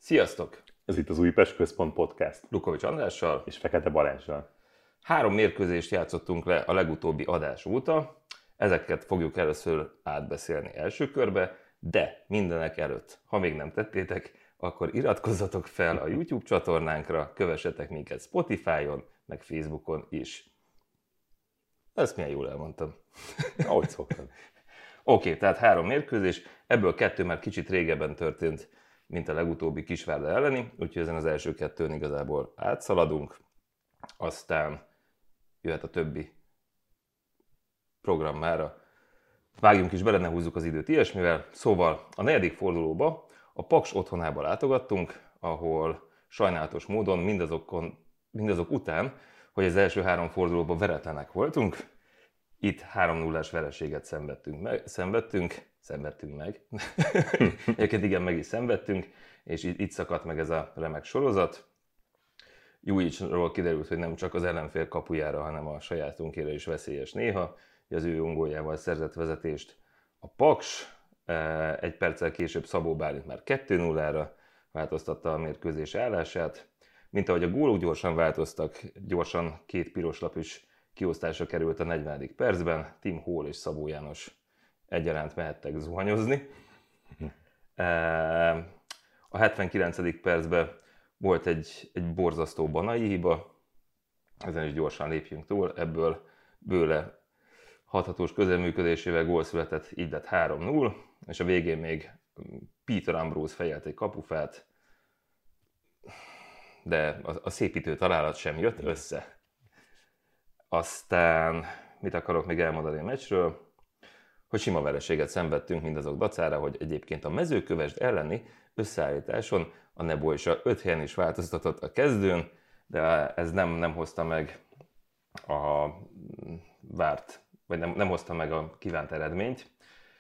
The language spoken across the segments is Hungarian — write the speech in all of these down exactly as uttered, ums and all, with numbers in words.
Sziasztok! Ez itt az Újpest Központ Podcast. Lukovics Andrással és Fekete Balázssal. Három mérkőzést játszottunk le a legutóbbi adás óta. Ezeket fogjuk először átbeszélni első körbe, de mindenek előtt, ha még nem tettétek, akkor iratkozzatok fel a YouTube csatornánkra, kövessetek minket Spotify-on, meg Facebookon is. Ezt milyen jól elmondtam. Ahogy szoktam. Oké, okay, tehát három mérkőzés, ebből kettő már kicsit régebben történt, mint a legutóbbi Kisvárda elleni, úgyhogy ezen az első kettőn igazából átszaladunk, aztán jöhet a többi programmára. Vágjunk is bele, ne húzzuk az időt ilyesmivel. Szóval a negyedik fordulóba a Paks otthonába látogattunk, ahol sajnálatos módon mindazokon, mindazok után, hogy az első három fordulóban veretlenek voltunk, itt három nullás vereséget szenvedtünk meg, szenvedtünk, szenvedtünk meg. Egyébként igen, meg is szenvedtünk, és itt, itt szakadt meg ez a remek sorozat. Jújicsról kiderült, hogy nem csak az ellenfél kapujára, hanem a sajátunkére is veszélyes néha. Az ő ongójával szerzett vezetést a Paks. Egy perccel később Szabó Bálint már kettő nullára változtatta a mérkőzés állását. Mint ahogy a gólok gyorsan változtak, gyorsan két piros lap is kiosztásra került a negyvenedik percben. Tim Hall és Szabó János egyaránt mehettek zuhanyozni. A hetvenkilencedik percben volt egy, egy borzasztó Banai hiba, ezen is gyorsan lépjünk túl, ebből Bőle hathatós közelműködésével gól született, így lett három null, és a végén még Peter Ambrose fejelt egy kapufát, de a, a szépítő találat sem jött össze. Aztán mit akarok még elmondani a meccsről? Hogy sima vereséget szenvedtünk mindazok dacára, hogy egyébként a Mezőkövesd elleni összeállításon a Nebojsa öt helyen is változtatott a kezdőn, de ez nem, nem hozta meg a várt, vagy nem, nem hozta meg a kívánt eredményt.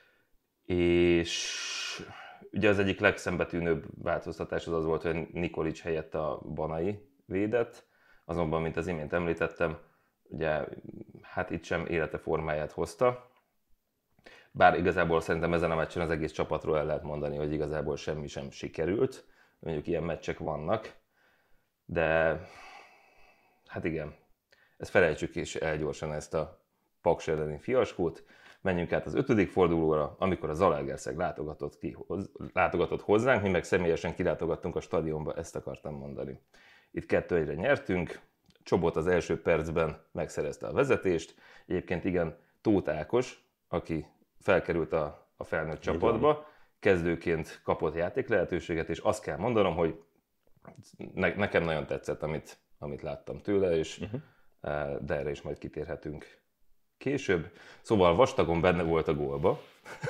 És ugye az egyik legszembetűnőbb változtatás az az volt, hogy Nikolic helyett a Banai védett, azonban, mint az imént említettem, ugye hát itt sem élete formáját hozta. Bár igazából szerintem ezen a meccsen az egész csapatról el lehet mondani, hogy igazából semmi sem sikerült. Mondjuk ilyen meccsek vannak, de hát igen, ezt felejtsük is el gyorsan, ezt a Paks elleni fiaskót. Menjünk át az ötödik fordulóra, amikor a Zalaegerszeg látogatott, ki, látogatott hozzánk, mi meg személyesen kilátogattunk a stadionba, ezt akartam mondani. Itt kettő egyre nyertünk, Csobot az első percben megszerezte a vezetést, egyébként igen, Tóth Ákos, aki felkerült a, a felnőtt csapatba, kezdőként kapott játék lehetőséget, és azt kell mondanom, hogy ne, nekem nagyon tetszett, amit, amit láttam tőle, és uh-huh. de erre is majd kitérhetünk később. Szóval vastagon benne volt a gólba.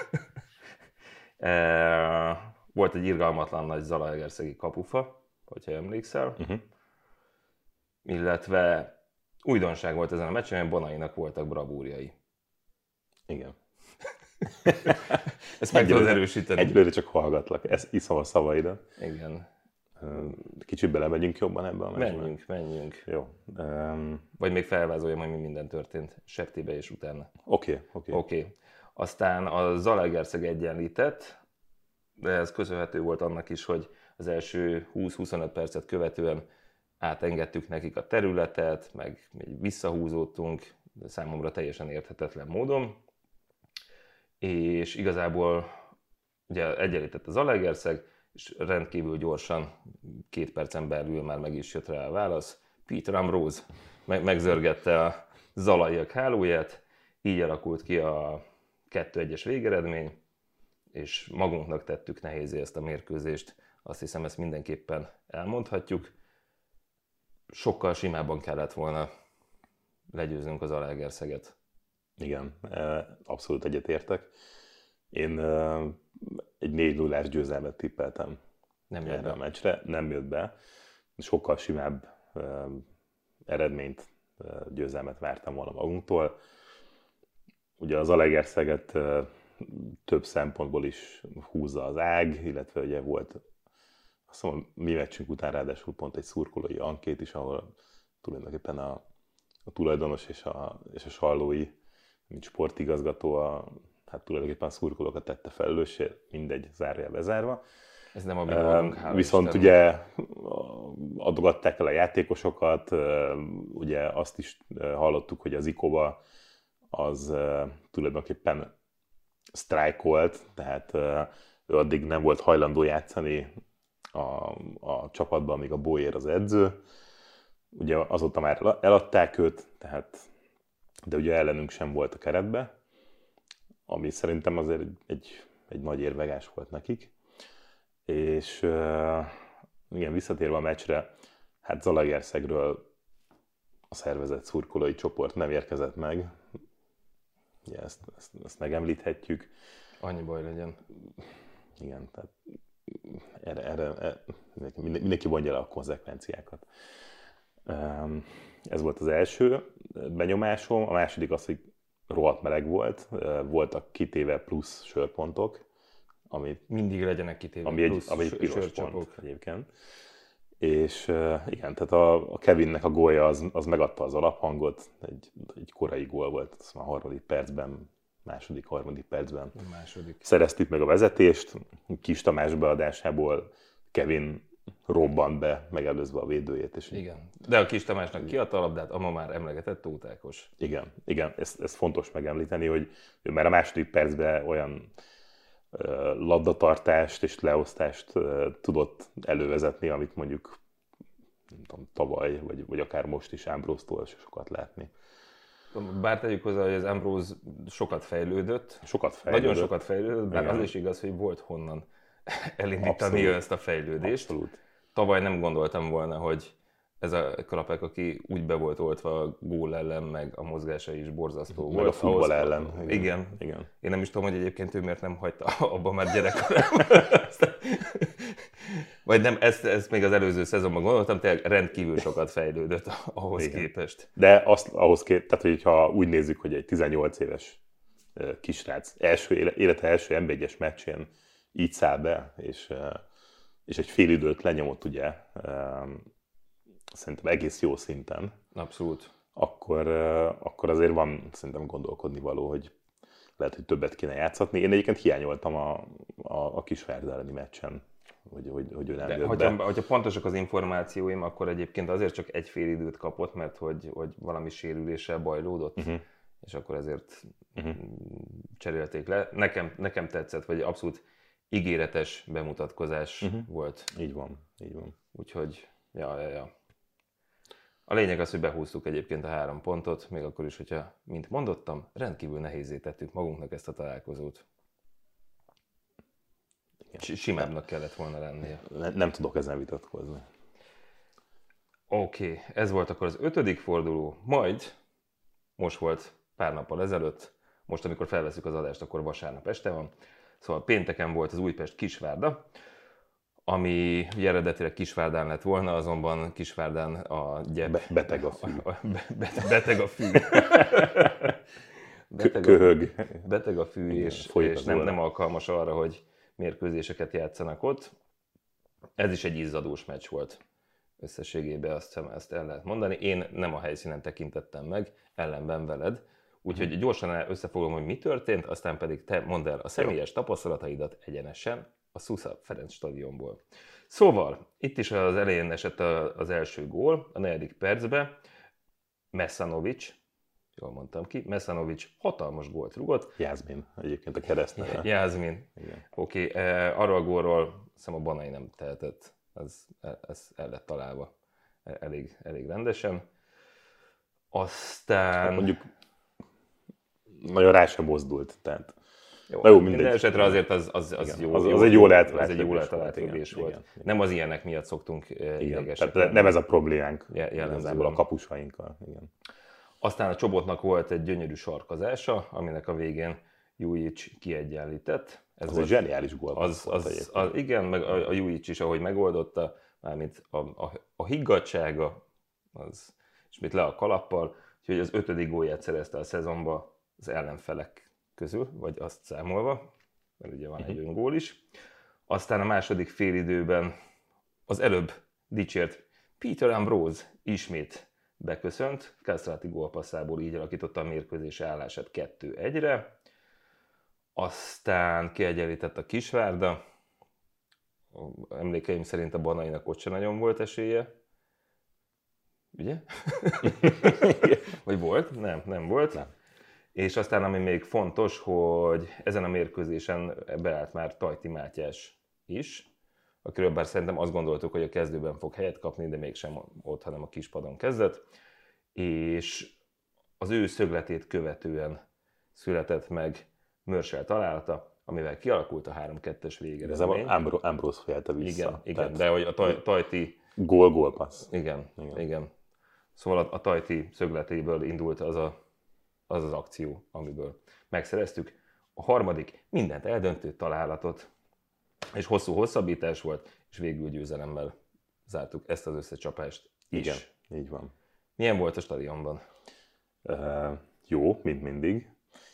Volt egy irgalmatlan nagy zalaegerszegi kapufa, hogyha emlékszel. Uh-huh. Illetve újdonság volt ezen a meccsen, hogy Banainak voltak bravúrjai. Igen. Ezt meg tudod erősíteni. Egyelőre csak hallgatlak, ezt iszom a szavaida. Igen. Kicsit belemegyünk jobban ebbe a meccsbe? Menjünk, menjünk. Jó. Um... Vagy még felvázoljam, hogy mi minden történt Septibe és utána. Oké, okay, oké. Okay. Okay. Aztán a Zalaegerszeg egyenlített, de ez köszönhető volt annak is, hogy az első húsz-huszonöt percet követően átengedtük nekik a területet, meg visszahúzódtunk, számomra teljesen érthetetlen módon. És igazából ugye egyenlített az Zalaegerszeg, és rendkívül gyorsan, két percen belül már meg is jött rá a válasz. Peter Ambrose meg- megzörgette a zalaiak hálóját, így alakult ki a kettő egyes végeredmény, és magunknak tettük nehézé ezt a mérkőzést. Azt hiszem, ezt mindenképpen elmondhatjuk. Sokkal simábban kellett volna legyőznünk az Zalaegerszeget. Igen, abszolút egyetértek. Én egy négy nullás győzelmet tippeltem nem erre a meccsre. Nem jött be. Sokkal simább eredményt, győzelmet vártam volna magunktól. Ugye az Zalaegerszeget több szempontból is húzza az ág, illetve ugye volt, azt mondom, mi meccsünk után ráadásul pont egy szurkolói ankét is, ahol tulajdonképpen a, a tulajdonos és a, és a sallói, mint sportigazgató, a, hát tulajdonképpen a szurkolókat tette felelőssé, mindegy, zárja bezárva. Ez nem a mi dolgunk, hála Viszont Istennek. ugye adogatták el a játékosokat, ugye azt is hallottuk, hogy az Ikova az tulajdonképpen sztrájkolt, tehát ő addig nem volt hajlandó játszani a, a csapatban, amíg a Boyer az edző. Ugye azóta már eladták őt, tehát, de ugye ellenünk sem volt a keretbe, ami szerintem azért egy, egy, egy nagy érvegás volt nekik. És uh, igen, visszatérve a meccsre, hát Zalaegerszegről a szervezett szurkolói csoport nem érkezett meg. Ugye ezt, ezt, ezt megemlíthetjük. Annyi baj legyen. Igen, tehát erre, erre, erre mindenki vonja le a konzekvenciákat. Um, ez volt az első benyomásom. A második az, hogy rohadt meleg volt. Voltak kitéve plusz sörpontok, ami mindig legyenek kitéve ami plusz egy, ami egy piros sörcsapok. pont egyébként. És uh, igen, tehát a, a Kevinnek a gólja az, az megadta az alaphangot, egy, egy korai gól volt, azt a harmadik percben, második, harmadik percben. A második. Szereztük meg a vezetést, Kis Tamás beadásából Kevin robbant be, megelőzve a védőjét. És igen, de a Kis Tamásnak kiadta a labdát, a ma már emlegetett Tóth Ákos. Igen, igen, ezt, ezt fontos megemlíteni, hogy ő már a második percben olyan labdatartást és leosztást tudott elővezetni, amit mondjuk nem tudom, tavaly, vagy, vagy akár most is Ambróztól sokat látni. Bár tegyük hozzá, hogy az Ambróz sokat fejlődött, sokat fejlődött. nagyon sokat fejlődött, bár igen. az is igaz, hogy volt honnan elindítani Abszolút. ezt a fejlődést. Abszolút. Tavaly nem gondoltam volna, hogy ez a Krapek, aki úgy be volt oltva a gól ellen, meg a mozgása is borzasztó meg volt. a futball ahhoz, ellen. Igen. Igen. igen. Én nem is tudom, hogy egyébként ő miért nem hagyta abban már gyerekkorában. Vagy nem, ezt, ezt még az előző szezonban gondoltam, tényleg rendkívül sokat fejlődött ahhoz igen. képest. De azt ahhoz képest, tehát hogyha úgy nézzük, hogy egy tizennyolc éves kisrác első, élete első en bé egyes meccsén így száll be, és, és egy fél időt lenyomott ugye, szerintem egész jó szinten. Abszolút. Akkor, akkor azért van szerintem gondolkodni való, hogy lehet, hogy többet kéne játszatni. Én egyébként hiányoltam a, a, a Kisvárda elleni meccsen, hogy, hogy, hogy ő nem De jött hogyha, be. hogyha pontosak az információim, akkor egyébként azért csak egy fél időt kapott, mert hogy, hogy valami sérüléssel bajlódott, uh-huh. és akkor ezért uh-huh. cserélték le. Nekem, nekem tetszett, vagy abszolút ígéretes bemutatkozás uh-huh. volt. Így van, így van. Úgyhogy, ja, ja, ja. A lényeg az, hogy behúztuk egyébként a három pontot, még akkor is, hogyha, mint mondottam, rendkívül nehézzé tettük magunknak ezt a találkozót. Simábbnak kellett volna lennie. Nem, nem tudok ezen vitatkozni. Oké, okay. Ez volt akkor az ötödik forduló, majd most volt pár nappal ezelőtt, most amikor felveszük az adást, akkor vasárnap este van, szóval pénteken volt az Újpest-Kisvárda, ami ugye eredetileg Kisvárdán lett volna, azonban Kisvárdán a gyep... Be, beteg a fű. A, a, be, beteg a fű. beteg Köhög. A, beteg a fű, igen, és, és nem, nem alkalmas arra, hogy mérkőzéseket játszanak ott. Ez is egy izzadós meccs volt. Összességében azt hiszem, ezt el lehet mondani. Én nem a helyszínen tekintettem meg, ellenben veled. Úgyhogy hmm. gyorsan összefogom, hogy mi történt, aztán pedig te mondd el a személyes tapasztalataidat egyenesen a Szusza Ferenc stadionból. Szóval, itt is az elején esett az első gól, a negyedik percben. Meszanovics, jól mondtam ki, Meszanovics hatalmas gólt rugott. Jászmin, egyébként a keresztneve. Jászmin. Oké, okay. Arról a gólról hiszem a Banai nem tehetett, ez, ez el lett találva elég, elég rendesen. Aztán... Hát mondjuk nagyon rá sem mozdult, tehát... Jó, jó minden esetre azért az, az, az, jó, az, jó, az egy jól eltalált az egy jól eltalált lökés volt. Igen, igen. Nem az ilyenek miatt szoktunk idegesek. Tehát nem ez a problémánk jellemzően a kapusainkkal. Igen. Aztán a Csobotnak volt egy gyönyörű sarkazása, aminek a végén Jujic kiegyenlített. Ez az volt, egy zseniális gól. Az, az, az, az, igen, meg a, a Jujic is, ahogy megoldotta, mármint a, a, a higgadtsága, az ismét le a kalappal, úgyhogy az ötödik gólját szerezte a szezonban az ellenfelek közül, vagy azt számolva, mert ugye van egy öngól is. Aztán a második félidőben az előbb dicsért Peter Ambrose ismét beköszönt, Castrati gólpasszából így alakította a mérkőzés állását kettő egyre. Aztán kiegyenlített a Kisvárda, emlékeim szerint a Banainak ott sem nagyon volt esélye. Ugye? Vagy volt? Nem, nem volt. Nem. És aztán ami még fontos, hogy ezen a mérkőzésen beállt már Tajti Mátyás is, akiről bár szerintem azt gondoltuk, hogy a kezdőben fog helyet kapni, de mégsem ott, hanem a kispadon kezdett. És az ő szögletét követően született meg Mörsel találata, amivel kialakult a három kettes végeredmény. Ez Ambro- Ambrose fejelte vissza. Igen, igen, de hogy a taj, Tajti... Gól-gól passz. Igen, igen, igen. Szóval a, a Tajti szögletéből indult az, a, az az akció, amiből megszereztük. A harmadik mindent eldöntő találatot, és hosszú hosszabbítás volt, és végül győzelemmel zártuk ezt az összecsapást is. Igen, így van. Milyen volt a stadionban? Uh, jó, mint mindig.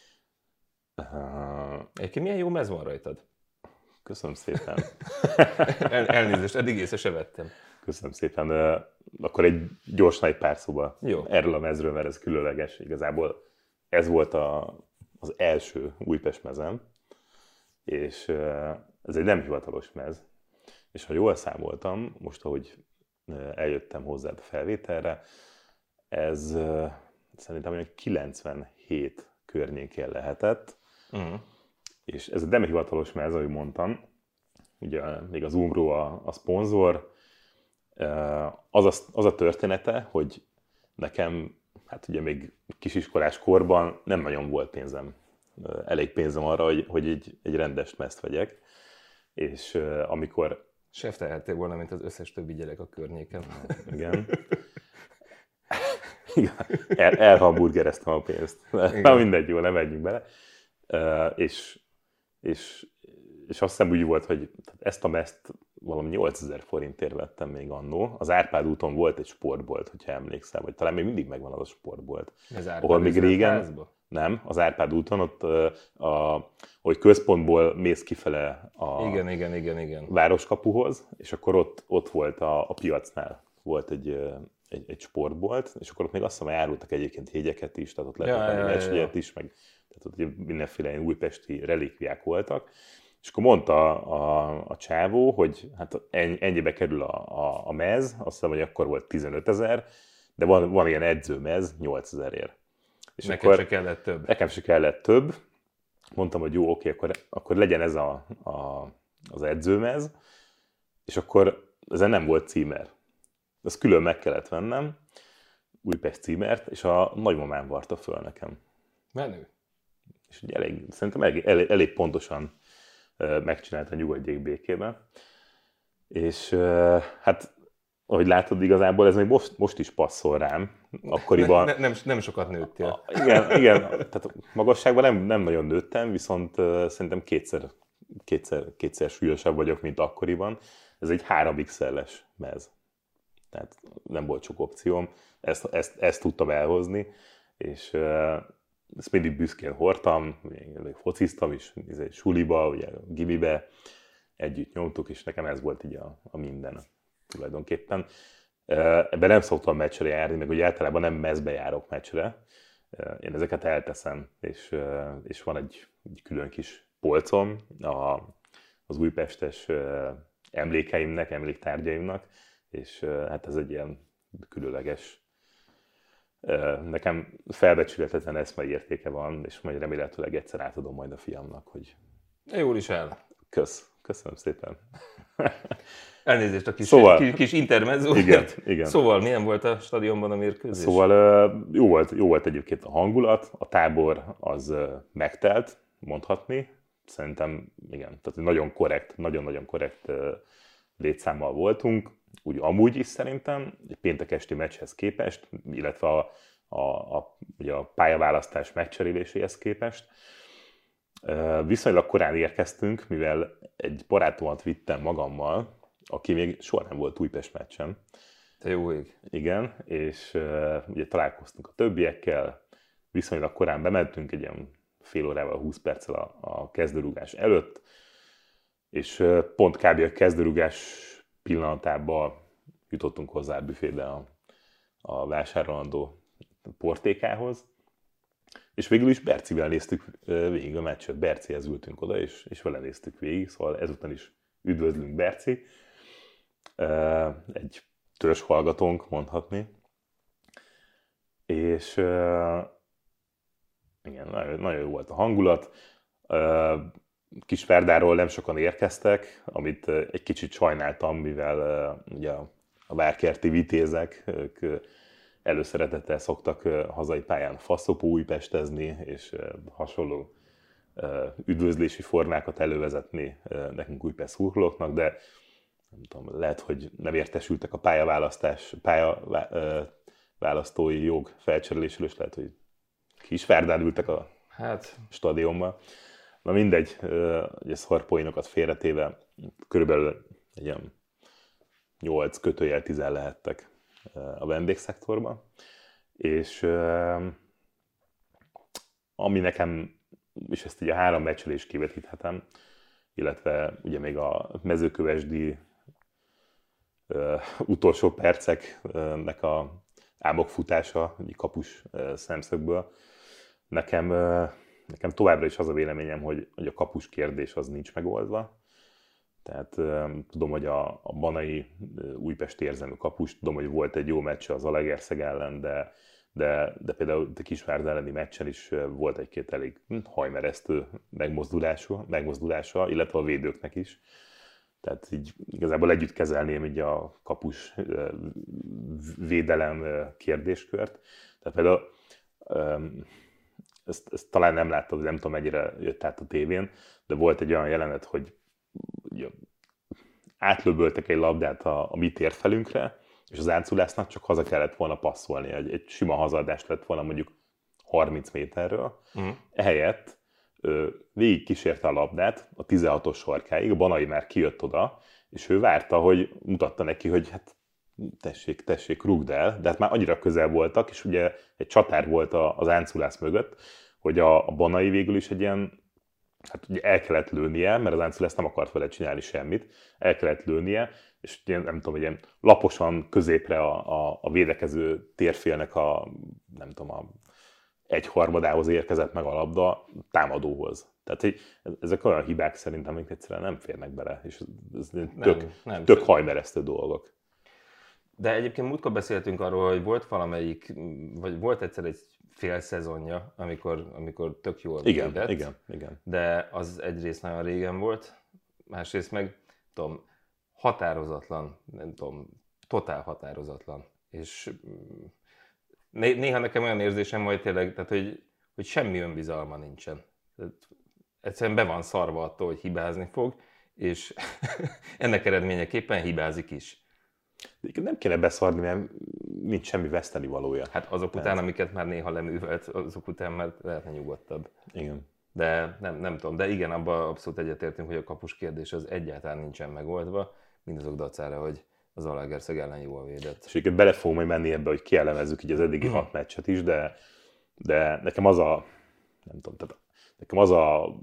Uh, Egyébként milyen jó mez van rajtad? Köszönöm szépen. El, elnézést, eddig észre se vettem. Köszönöm szépen. Uh, akkor egy gyorsan egy pár szóba Jó. Erről a mezről, mert ez különleges. Igazából ez volt a, az első Újpest mezem, és uh, ez egy nem hivatalos mez. És ha jól számoltam, most ahogy uh, eljöttem hozzád a felvételre, ez uh, szerintem olyan kilencvenhét környékén lehetett, uh-huh. És ez egy nem hivatalos mez, ahogy mondtam, ugye még az Umbro a, a szponzor. Az a, az a története, hogy nekem, hát ugye még kisiskolás korban nem nagyon volt pénzem, elég pénzem arra, hogy, hogy egy, egy rendes mezt vegyek, és amikor... Sef tehettél volna, mint az összes többi gyerek a környéken. Igen. El, elhamburgereztem a pénzt. Na mindegy, jó, nem menjünk bele. Uh, és, és, és azt hiszem úgy volt, hogy ezt a mezt valami nyolcezer forintért vettem még annó. Az Árpád úton volt egy sportbolt, hogyha emlékszel, vagy talán még mindig megvan az a sportbolt. Ez ahol még régen... házba? Nem, az Árpád úton, ott, a, hogy központból mész kifele a igen, igen, igen, igen. városkapuhoz, és akkor ott, ott volt a, a piacnál volt egy, egy, egy sportbolt, és akkor ott még azt hiszem, hogy árultak egyébként jegyeket is, tehát ott lehetett venni meccsjegyet is, meg tehát ott mindenféle újpesti relikviák voltak. És akkor mondta a, a, a csávó, hogy hát ennyibe kerül a, a, a mez, azt hiszem, hogy akkor volt tizenötezer, de van, van ilyen edzőmez nyolcezerért. És nekem akkor, se kellett több. Nekem se kellett több. Mondtam, hogy jó, oké, akkor, akkor legyen ez a, a, az edzőmez, és akkor ezen nem volt címer. Ezt külön meg kellett vennem, Újpest címert, és a nagymamám varta föl nekem. Menő. És ugye elég, szerintem elég, elég, elég pontosan megcsinálta, nyugodjék békében. És hát, ahogy látod, igazából ez még most, most is passzol rám. Akkoriban... Ne, ne, nem, nem sokat nőttél. A, igen, igen, tehát magasságban nem, nem nagyon nőttem, viszont uh, szerintem kétszer, kétszer, kétszer súlyosabb vagyok, mint akkoriban. Ez egy három iksz el-es mez. Tehát nem volt sok opcióm, ezt, ezt, ezt tudtam elhozni, és uh, ezt mindig büszkén hordtam, még fociztam is, suliba, ugye gimibe, együtt nyomtuk, és nekem ez volt így a, a minden tulajdonképpen. Ebben nem szoktam meccsre járni, meg ugye általában nem mezbe járok meccsre. Én ezeket elteszem, és, és van egy, egy külön kis polcom a, az újpestes emlékeimnek, emléktárgyaimnak, és hát ez egy ilyen különleges, nekem felbecsületetlen eszmei értéke van, és majd remélhetőleg egyszer átadom majd a fiamnak, hogy... Jól is el. Kösz, köszönöm szépen. Elnézést a kis, szóval, kis, kis intermezzo. Igen, igen. Szóval milyen volt a stadionban a mérkőzés? Szóval jó volt, jó volt egyébként a hangulat, a tábor az megtelt, mondhatni. Szerintem igen, tehát nagyon korrekt, nagyon-nagyon korrekt létszámmal voltunk. Úgy amúgy is szerintem, egy péntek esti meccshez képest, illetve a, a, a, ugye a pályaválasztás megcseréléséhez képest. Viszonylag korán érkeztünk, mivel egy barátomat vittem magammal, aki még soha nem volt Újpest meccsen. Te jó ég. Igen, és uh, ugye találkoztunk a többiekkel, viszonylag korán bementünk, egy ilyen fél órával, húsz perccel a, a kezdőrúgás előtt, és uh, pont kb. A kezdőrúgás pillanatában jutottunk hozzá a büfébe a, a vásárolandó portékához, és végül is Bercivel néztük végig a meccset. Bercihez ültünk oda, és, és vele néztük végig, szóval ezután is üdvözlünk Berci, egy törzs hallgatónk mondhatni, és igen, nagyon, nagyon jó volt a hangulat. Kisvárdáról nem sokan érkeztek, amit egy kicsit sajnáltam, mivel ugye a várkerti vitézek, ők előszeretettel szoktak hazai pályán faszopó újpestezni, és hasonló üdvözlési formákat elővezetni nekünk Újpest szurkolóknak, de nem tudom, lehet, hogy nem értesültek a pályaválasztás, pályaválasztói jog felcserélésről, és lehet, hogy Kisvárdán ültek a hát. stadionban. Na mindegy, ugye szarpoénokat félretéve, körülbelül egy ilyen nyolc kötőjel tizen lehettek a vendégszektorban, és ami nekem, és ezt így a három meccsről is kivetíthetem, illetve ugye még a mezőkövesdi uh, utolsó perceknek a álmokfutása, egy kapus uh, szemszögből, nekem, uh, nekem továbbra is az a véleményem, hogy, hogy a kapus kérdés az nincs megoldva. Tehát um, tudom, hogy a, a Banai uh, újpesti érzelmű kapus, tudom, hogy volt egy jó meccs az Zalaegerszeg ellen, de De, de például a Kisvárda elleni meccsen is volt egy-két elég hajmeresztő megmozdulása, megmozdulása, illetve a védőknek is. Tehát így igazából együtt kezelném így a kapus védelem kérdéskört. Tehát például ezt, ezt talán nem láttad, nem tudom mennyire jött át a tévén, de volt egy olyan jelenet, hogy átlöböltek egy labdát a, a mi térfelünkre, és az Ánculásznak csak haza kellett volna passzolni, egy, egy sima hazaadást lett volna mondjuk harminc méterről. Uh-huh. Ehelyett ö, végig kísérte a labdát a tizenhatos sarkáig, a Banai már kijött oda, és ő várta, hogy mutatta neki, hogy hát tessék, tessék, rúgd el, de hát már annyira közel voltak, és ugye egy csatár volt az Ánculász mögött, hogy a, a Banai végül is egy ilyen, hát ugye el kellett lőnie, mert az Ánculász nem akart vele csinálni semmit, el kellett lőnie, és ilyen, nem tudom, ilyen laposan középre a, a, a védekező térfélnek a, nem tudom, a egyharmadához érkezett meg a labda támadóhoz. Tehát hogy ezek olyan hibák szerintem, amik egyszerűen nem férnek bele, és ez tök, nem, nem tök hajmeresztő dolgok. De egyébként múltkor beszéltünk arról, hogy volt valamelyik, vagy volt egyszer egy fél szezonja, amikor, amikor tök jól igen, védett, igen, igen. De az egyrészt nagyon régen volt, másrészt meg, tudom, határozatlan, nem tudom, totál határozatlan. És néha nekem olyan érzésem, hogy tényleg, tehát, hogy, hogy semmi önbizalma nincsen. Tehát egyszerűen be van szarva attól, hogy hibázni fog, és ennek eredményeképpen hibázik is. Nem kéne beszarni, mert nincs semmi veszteni valója. Hát azok után, amiket már néha leművelt, azok után már lehetne nyugodtabb. Igen. De nem, nem tudom, de igen, abban abszolút egyetértünk, hogy a kapus kérdés az egyáltalán nincsen megoldva, mindazok dacára, hogy az Zalaegerszeg ellen jól védett. És bele fogunk majd menni ebbe, hogy kielemezzük így az eddigi hat meccset is, de, de nekem az a, nem tudom, tehát nekem az a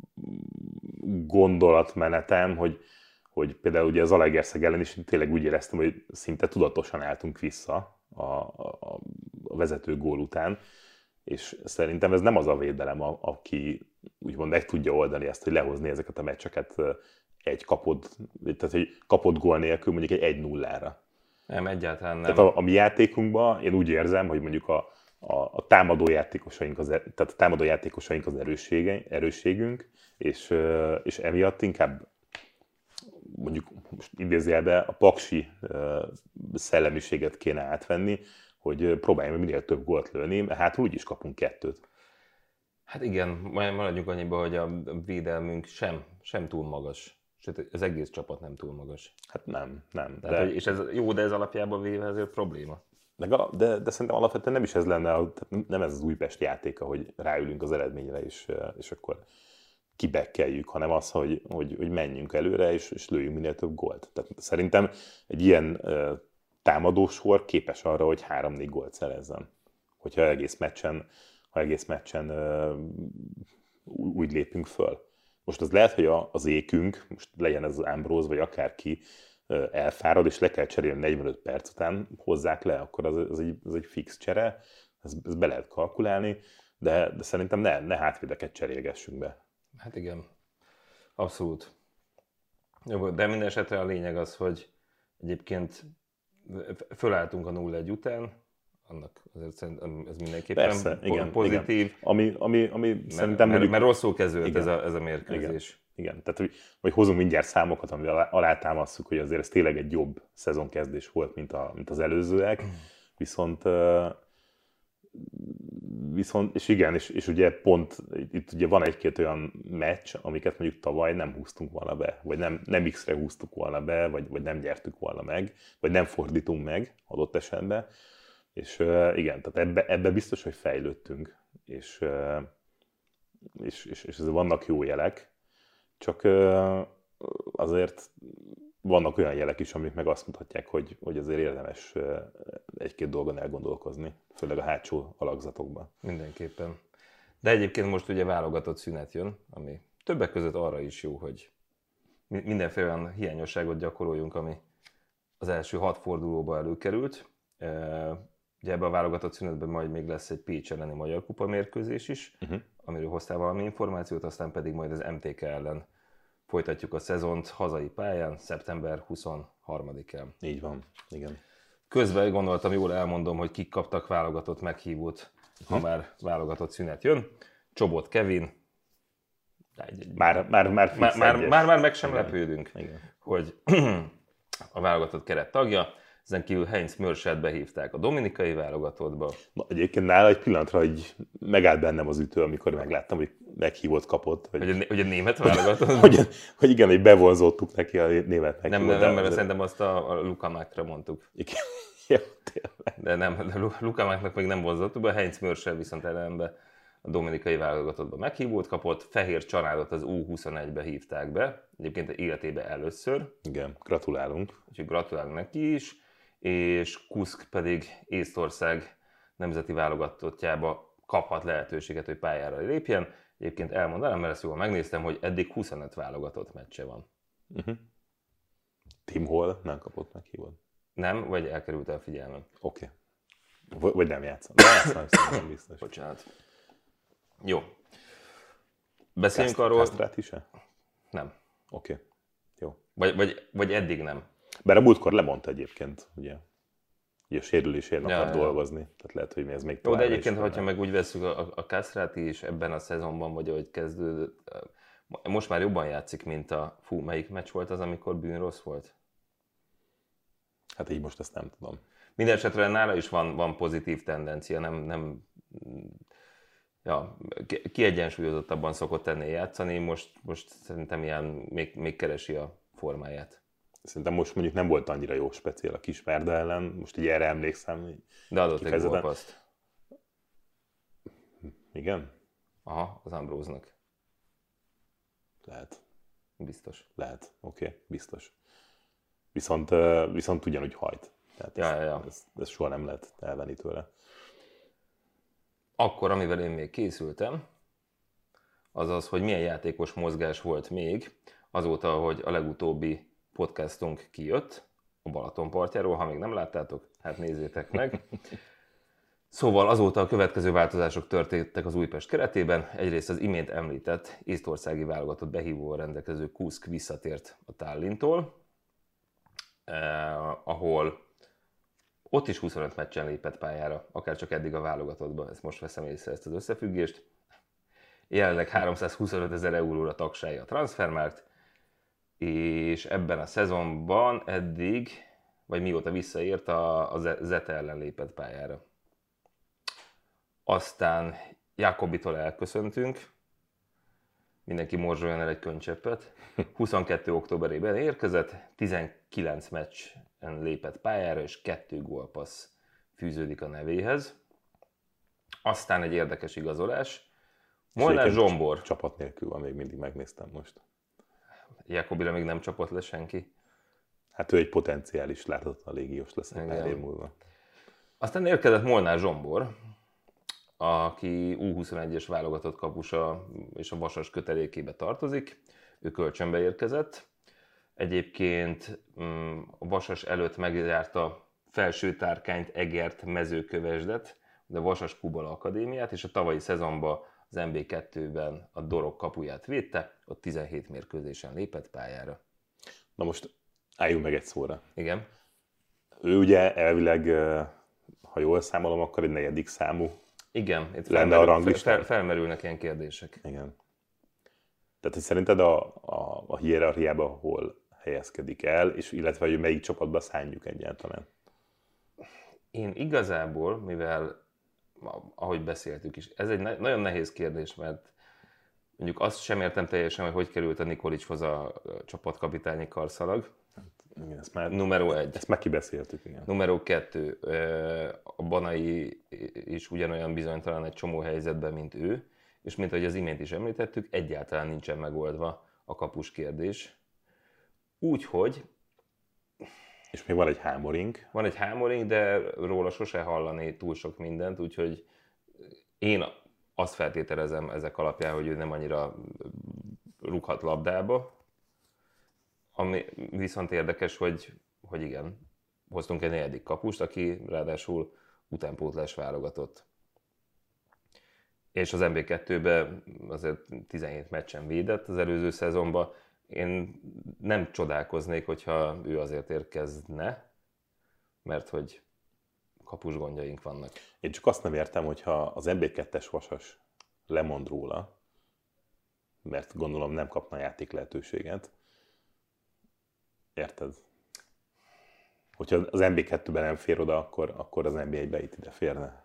gondolatmenetem, hogy, hogy például ugye az Zalaegerszeg ellen is tényleg úgy éreztem, hogy szinte tudatosan álltunk vissza a, a, a vezető gól után, és szerintem ez nem az a védelem, a, aki úgymond meg tudja oldani ezt, hogy lehozni ezeket a meccseket egy kapott, tehát hogy kapott gól nélkül mondjuk egy egy nullára. Nem, egyáltalán nem. Tehát a, a mi játékunkban én úgy érzem, hogy mondjuk a, a, a támadó játékosaink az, tehát a támadó játékosaink az erősségünk, és, és emiatt inkább mondjuk most idézőjelben a paksi szellemiséget kéne átvenni, hogy próbáljunk minél több gólt lőni, mert hát úgy is kapunk kettőt. Hát igen, maradjunk annyiba, hogy a védelmünk sem, sem túl magas. Sőt, az egész csapat nem túl magas. Hát nem, nem. Tehát, de... hogy, és ez jó, de ez alapjában véve ezért probléma. De, de, de szerintem alapvetően nem is ez lenne, nem ez az Újpest játéka, hogy ráülünk az eredményre, és, és akkor kibekkeljük, hanem az, hogy, hogy, hogy menjünk előre, és, és lőjünk minél több gólt. Tehát szerintem egy ilyen uh, támadósor képes arra, hogy három-négy gólt szerezzen. Hogyha egész meccsen, ha egész meccsen uh, úgy lépünk föl. Most az lehet, hogy az ékünk, most legyen ez az Ambrose, vagy akárki, uh, elfárad, és le kell cserélni negyvenöt perc után, hozzák le, akkor az, az, egy, az egy fix csere, ezt, ezt be lehet kalkulálni, de, de szerintem ne, ne hátvédeket cserélgessünk be. Hát igen, abszolút. De minden esetre a lényeg az, hogy egyébként fölálltunk a nulla egy után, annak azért szerintem ez mindenképpen Persze, igen, pozitív. Igen. Ami, ami, ami mert, szerintem mert, mondjuk... mert rosszul kezdődött ez a, ez a mérkőzés. Igen. Igen, tehát hogy, hogy hozunk mindjárt számokat, amivel alátámasztjuk, hogy azért ez tényleg egy jobb szezonkezdés volt, mint, a, mint az előzőek, viszont, viszont és igen, és, és ugye pont itt ugye van egy-két olyan meccs, amiket mondjuk tavaly nem húztunk volna be, vagy nem, nem X-re húztuk volna be, vagy, vagy nem nyertük volna meg, vagy nem fordítunk meg adott esetben, és igen, tehát ebbe, ebbe biztos, hogy fejlődtünk, és, és, és, és vannak jó jelek, csak azért vannak olyan jelek is, amik meg azt mutatják, hogy, hogy azért érdemes egy-két dolgon elgondolkozni, főleg a hátsó alakzatokban. Mindenképpen. De egyébként most ugye válogatott szünet jön, ami többek között arra is jó, hogy mindenféle olyan hiányosságot gyakoroljunk, ami az első hat fordulóba előkerült. Ugye ebben a válogatott szünetben majd még lesz egy Pécs elleni Magyar Kupa mérkőzés is, uh-huh. amiről hoztál valami információt, aztán pedig majd az em té ká ellen folytatjuk a szezont hazai pályán, szeptember huszonharmadikán. Így van, igen. Közben gondoltam, jól elmondom, hogy kik kaptak válogatott meghívót, ha hm. már válogatott szünet jön. Csobot Kevin. Egy, egy, már, már, már, már, már, már, már meg sem igen. lepődünk, igen. hogy a válogatott keret tagja. Ezen kívül Heinz Mörselt behívták a dominikai válogatottba. Na, egyébként nála egy pillanatra így megállt bennem az ütő, amikor megláttam, hogy meghívót kapott. Hogy, hogy, a, hogy a német válogatott? hogy, hogy, hogy igen, hogy bevonzottuk neki a német meghívót. Nem, nem, nem mert de... szerintem azt a, a Luka Mákra mondtuk. Igen. Ja, tényleg. De nem, de Luka Máknak még nem vonzottuk be, a Heinz Mörsel viszont ellenbe a dominikai válogatottba meghívót kapott, Fehér Családot az U huszonegybe hívták be, egyébként életében először. Igen, gratulálunk. Úgyhogy gratulálunk neki is. És Kuszk pedig Észtország nemzeti válogatottjába kaphat lehetőséget, hogy pályára lépjen. Egyébként elmondanám, mert ezt jól megnéztem, hogy eddig huszonöt válogatott meccse van. Uh-huh. Tim Hall nem kapott meghívót? Nem, vagy elkerült a figyelmem. Oké. Okay. Vagy nem játszom. Nem játszom, biztos. Bocsánat. Jó. Beszéljünk Kaszt, arról... Kastrát is-e? Nem. Oké. Okay. Jó. Vagy, vagy, vagy eddig nem. Bár a múltkor lemondta egyébként, ugye, ugye a sérülésért akar ja, dolgozni, tehát lehet, hogy mi ez még tovább. Jó, de egyébként, hogyha meg úgy veszük, a, a Kastráti is ebben a szezonban, vagy ahogy kezdődött, most már jobban játszik, mint a... Fú, melyik meccs volt az, amikor bűnrossz volt? Hát így most ezt nem tudom. Minden esetre nála is van, van pozitív tendencia, nem... nem ja, kiegyensúlyozottabban szokott ennél játszani, most, most szerintem ilyen még, még keresi a formáját. Szerintem most mondjuk nem volt annyira jó speciál a Kisvárda ellen, most így erre emlékszem. De adott egy gólpaszt. Igen? Aha, az Ambróznak. Lehet. Biztos. Lehet, oké, okay, biztos. Viszont, viszont ugyanúgy hajt. Tehát ja, ezt, ja, ja. Ezt, ezt soha nem lehet elvenni tőle. Akkor, amivel én még készültem, az az, hogy milyen játékos mozgás volt még azóta, hogy a legutóbbi podcastunk kijött a Balaton partjáról, ha még nem láttátok, hát nézzétek meg. Szóval azóta a következő változások történtek az Újpest keretében. Egyrészt az imént említett észtországi válogatott behívóval rendelkező Kuszk visszatért a Tallintól, eh, ahol ott is huszonöt meccsen lépett pályára, akár csak eddig a válogatottban, ezt most veszem észre ezt az összefüggést. Jelenleg háromszázhuszonöt ezer euróra tagsálja a Transfermarkt, és ebben a szezonban eddig, vagy mióta visszaért, a, a Zete ellen lépett pályára. Aztán Jakobitól elköszöntünk, mindenki morzsoljon el egy könycseppet. huszonkettő októberében érkezett, tizenkilenc meccsen lépett pályára, és kettő gólpassz fűződik a nevéhez. Aztán egy érdekes igazolás. Molnár Zsombor. Csapat nélkül van, még mindig megnéztem most. Jakobira még nem csapott le senki. Hát ő egy potenciális láthatatlan légiós lesz egy pár év múlva. Aztán érkezett Molnár Zsombor, aki U huszonegyes válogatott kapusa és a Vasas kötelékébe tartozik. Ő kölcsönbe érkezett. Egyébként a Vasas előtt megjárta Felsőtárkányt, Egert, Mezőkövesdet, de Vasas Kubala Akadémiát, és a tavalyi szezonban az em bé kettőben a Dorog kapuját védte, ott tizenhét mérkőzésen lépett pályára. Na most álljunk meg egy szóra. Igen. Ő ugye elvileg, ha jól számolom, akkor egy negyedik számú. Igen, itt lenne a ranglistán. fel, felmerülnek ilyen kérdések. Igen. Tehát, hogy szerinted a, a, a hierarchiában hol helyezkedik el, és illetve, hogy melyik csapatba szánjuk egyáltalán? Én igazából, mivel, ahogy beszéltük is, ez egy nagyon nehéz kérdés, mert mondjuk azt sem értem teljesen, hogy hogy került a Nikolicshoz a csapatkapitányi karszalag. Igen, ezt már, Numero egy. Ezt meg kibeszéltük, igen. Numero kettő. A Banai is ugyanolyan bizonytalan egy csomó helyzetben, mint ő, és mint ahogy az imént is említettük, egyáltalán nincsen megoldva a kapus kérdés. Úgyhogy... És még van egy hámorink. Van egy hámorink, de róla sose hallani túl sok mindent, úgyhogy én azt feltételezem ezek alapján, hogy ő nem annyira rúghat labdába. Ami viszont érdekes, hogy, hogy igen, hoztunk egy negyedik kapust, aki ráadásul utánpótlás válogatott. És az en bé kettőben azért tizenhét meccsen védett az előző szezonban. Én nem csodálkoznék, hogyha ő azért érkezne, mert hogy kapus gondjaink vannak. Én csak azt nem értem, hogyha az en bé kettes Vasas lemond róla, mert gondolom nem kapna játék lehetőséget. Érted? Hogyha az en bé kettőben nem fér oda, akkor, akkor az en bé egyben itt ide férne.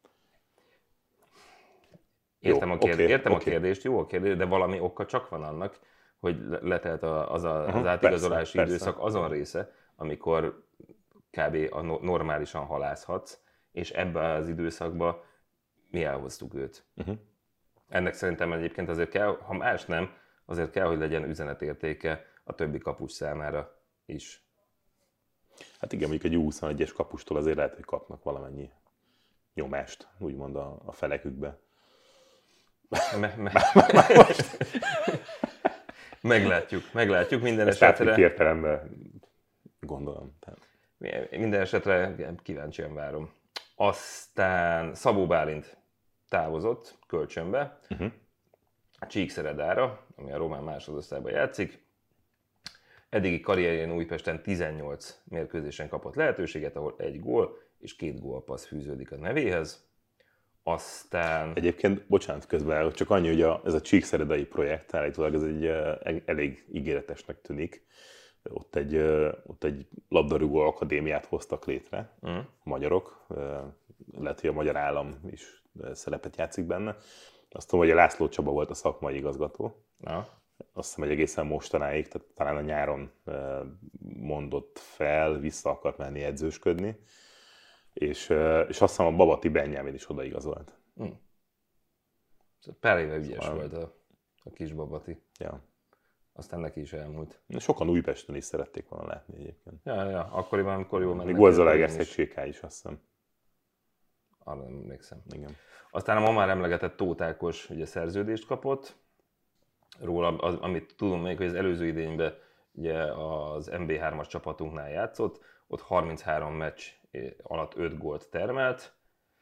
Értem, jó, a, kérdést, okay, értem okay. a kérdést, jó a kérdés, de valami oka csak van annak, hogy letelt a, az a, az átigazolási persze, időszak persze. azon része, amikor kb. A normálisan halászhatsz, és ebben az időszakban mi elhoztuk őt. Uh-huh. Ennek szerintem egyébként azért kell, ha más nem, azért kell, hogy legyen üzenetértéke a többi kapus számára is. Hát igen, mondjuk egy U huszonegyes kapustól azért lehet, hogy kapnak valamennyi nyomást, úgymond a, a felekükbe. Me- me- meglátjuk, meglátjuk minden ezt esetre. Ezt értelemben gondolom. Tehát. Minden esetre kíváncsian várom. Aztán Szabó Bálint távozott kölcsönbe, uh-huh. a Csíkszeredára, ami a román másodosztályban játszik. Eddigi karrierjén Újpesten tizennyolc mérkőzésen kapott lehetőséget, ahol egy gól és két gólpassz fűződik a nevéhez. Aztán... Egyébként, bocsánat közben, csak annyi, hogy a, ez a Csíkszeredai projekt állítólag ez egy elég ígéretesnek tűnik. Ott egy, ott egy labdarúgó akadémiát hoztak létre, mm. a magyarok. Lehet, hogy a magyar állam is szerepet játszik benne. Azt tudom, hogy a László Csaba volt a szakmai igazgató. Ja. Azt hiszem, hogy egészen mostanáig, tehát talán a nyáron mondott fel, vissza akart menni edzősködni. És, és azt hiszem a Babati Benjamin is odaigazolt. Mm. Pár éve ügyes szóval... volt a, a kis Babati. Ja. Aztán neki is elmúlt. Sokan Újpesten is szerették volna látni egyébként. Ja, ja, akkoriban, amikor jól mennek. Még volt Zalaegerszeg Cséká is, azt hiszem. Arra nem emlékszem. Igen. Aztán a ma már emlegetett Tóth Ákos ugye szerződést kapott. Róla, az, amit tudom még, hogy az előző idényben ugye az em bé hármas csapatunknál játszott, ott harminchárom meccs alatt öt gólt termelt,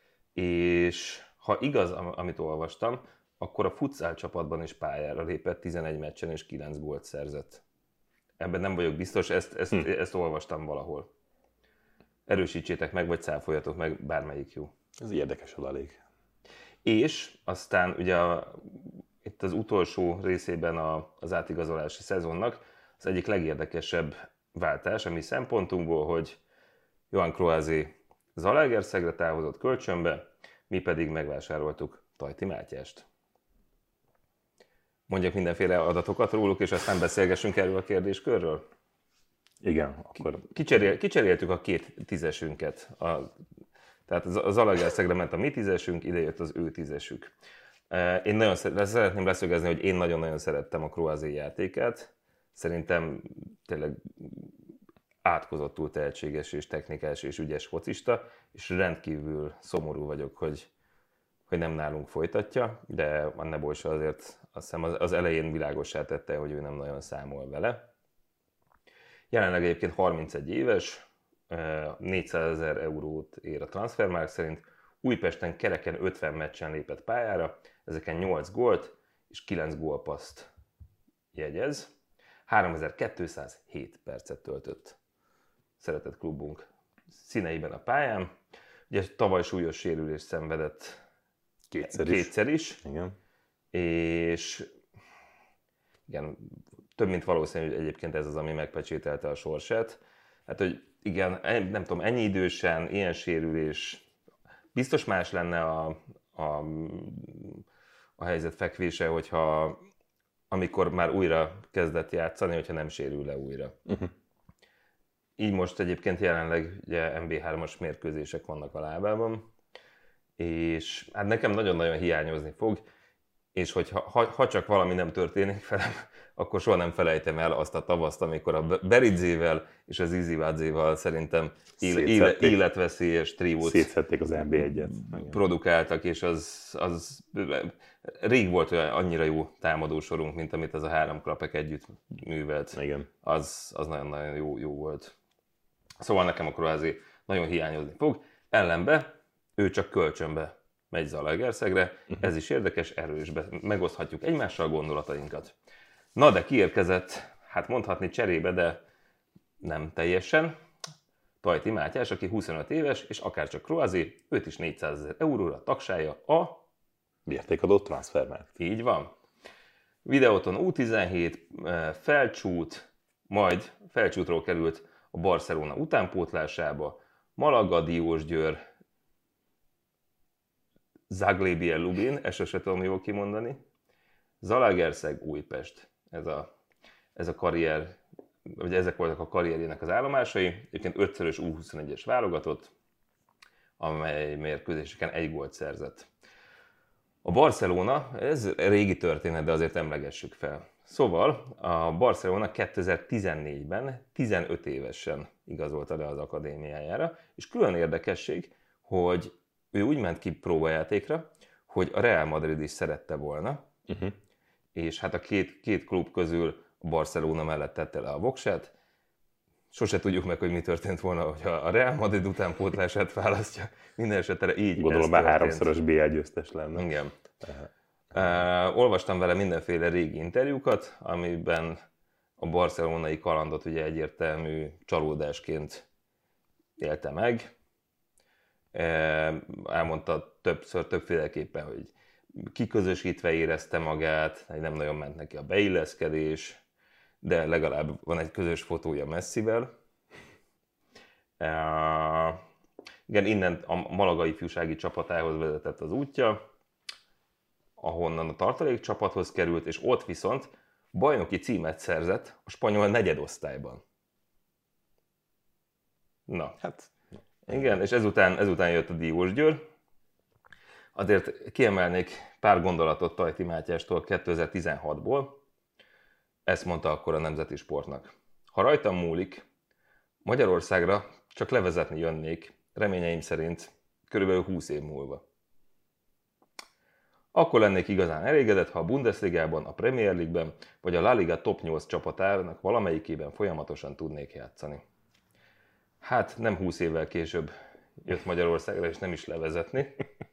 és ha igaz, amit olvastam, akkor a futsal csapatban is pályára lépett, tizenegy meccsen és kilenc gólt szerzett. Ebben nem vagyok biztos, ezt, ezt, hm. ezt olvastam valahol. Erősítsétek meg, vagy cáfoljatok meg, bármelyik jó. Ez érdekes adalék. És aztán ugye a, itt az utolsó részében a, az átigazolási szezonnak az egyik legérdekesebb váltás a mi szempontunkból, hogy Johan Kroázé Zalaegerszegre távozott kölcsönbe, mi pedig megvásároltuk Tajti Mátyást. Mondjak mindenféle adatokat róluk, és aztán beszélgessünk erről a kérdéskörről? Igen, akkor... Kicserél, kicseréltük a két tízesünket. A, tehát a Zalaegerszegre ment a mi tízesünk, ide jött az ő tízesük. Én nagyon szeretném leszögezni, hogy én nagyon-nagyon szerettem a Kroázé játékát. Szerintem tényleg átkozottul tehetséges és technikás és ügyes focista, és rendkívül szomorú vagyok, hogy, hogy nem nálunk folytatja, de a Nebojsa azért azt hiszem az elején világossá tette, hogy ő nem nagyon számol vele. Jelenleg egyébként harmincegy éves, négyszázezer eurót ér a Transfermarkt szerint, Újpesten kereken ötven meccsen lépett pályára, ezeken nyolc gólt és kilenc gólpasszt jegyez. háromezer-kétszázhét percet töltött szeretett klubunk színeiben a pályán. Ugye tavaly súlyos sérülést szenvedett Kétszer is. kétszer is, Igen. és igen, több mint valószínű, hogy egyébként ez az, ami megpecsételte a sorsát. Hát, hogy igen, nem tudom, ennyi idősen, ilyen sérülés, biztos más lenne a, a, a helyzet fekvése, hogyha amikor már újra kezdett játszani, hogyha nem sérül le újra. Uh-huh. Így most egyébként jelenleg ugye em bé hármas mérkőzések vannak a lábában, és hát nekem nagyon-nagyon hiányozni fog, és hogyha ha, ha csak valami nem történik velem, akkor soha nem felejtem el azt a tavaszt, amikor a Beridzével és az Izivadzéval szerintem él, életveszélyes triót szétszették az en bé egyet. Produkáltak, és az, az rég volt olyan annyira jó támadósorunk, mint amit az a három klapek együtt művelt. Igen. Az, az nagyon-nagyon jó, jó volt. Szóval nekem akkor azért nagyon hiányozni fog. Ellenbe ő csak kölcsönbe megy Zalaegerszegre. Uh-huh. Ez is érdekes, erről is megoszthatjuk egymással a gondolatainkat. Na de kiérkezett, hát mondhatni cserébe, de nem teljesen. Tajti Mátyás, aki huszonöt éves, és akárcsak Kroazi, őt is négyszázezer euróra taksálja a mértékadó Transfermarkt. Így van. Videóton U tizenhét, Felcsút, majd Felcsútról került a Barcelona utánpótlásába, Malaga, Diósgyőr, Zagłębie Lubin, ezt se tudom jól kimondani, Zalaegerszeg, Újpest. Ez a, ez a karrier, vagy ezek voltak a karrierjének az állomásai. Egyébként ötszörös U huszonegyes válogatott, amely mérkőzéseken egy gólt szerzett. A Barcelona, ez régi történet, de azért emlegessük fel. Szóval a Barcelona kétezer-tizennégyben tizenöt évesen igazolta le az akadémiájára, és külön érdekesség, hogy ő úgy ment ki próbajátékra, hogy a Real Madrid is szerette volna, uh-huh. és hát a két, két klub közül a Barcelona mellett tette le a voksát. Sose tudjuk meg, hogy mi történt volna, hogyha a Real Madrid utánpótlását választja. Minden esetre így. Gondolom már háromszoros bé el győztes lenne. Igen. Uh, olvastam vele mindenféle régi interjúkat, amiben a barcelonai kalandot ugye egyértelmű csalódásként élte meg. Uh, elmondta többször, többféleképpen, hogy kiközösítve érezte magát, hogy nem nagyon ment neki a beilleszkedés, de legalább van egy közös fotója Messivel. Uh, igen, innen a Malaga ifjúsági csapatához vezetett az útja, ahonnan a tartalék csapathoz került, és ott viszont bajnoki címet szerzett a spanyol negyedosztályban. Na, hát igen, és ezután, ezután jött a Diósgyőr. Azért kiemelnék pár gondolatot Tajti Mátyástól kétezer-tizenhatból. Ezt mondta akkor a Nemzeti Sportnak. Ha rajtam múlik, Magyarországra csak levezetni jönnék, reményeim szerint körülbelül húsz év múlva. Akkor lennék igazán elégedett, ha a Bundesligában, a Premier League-ben vagy a La Liga top nyolc csapatának valamelyikében folyamatosan tudnék játszani. Hát nem húsz évvel később jött Magyarországra, és nem is levezetni.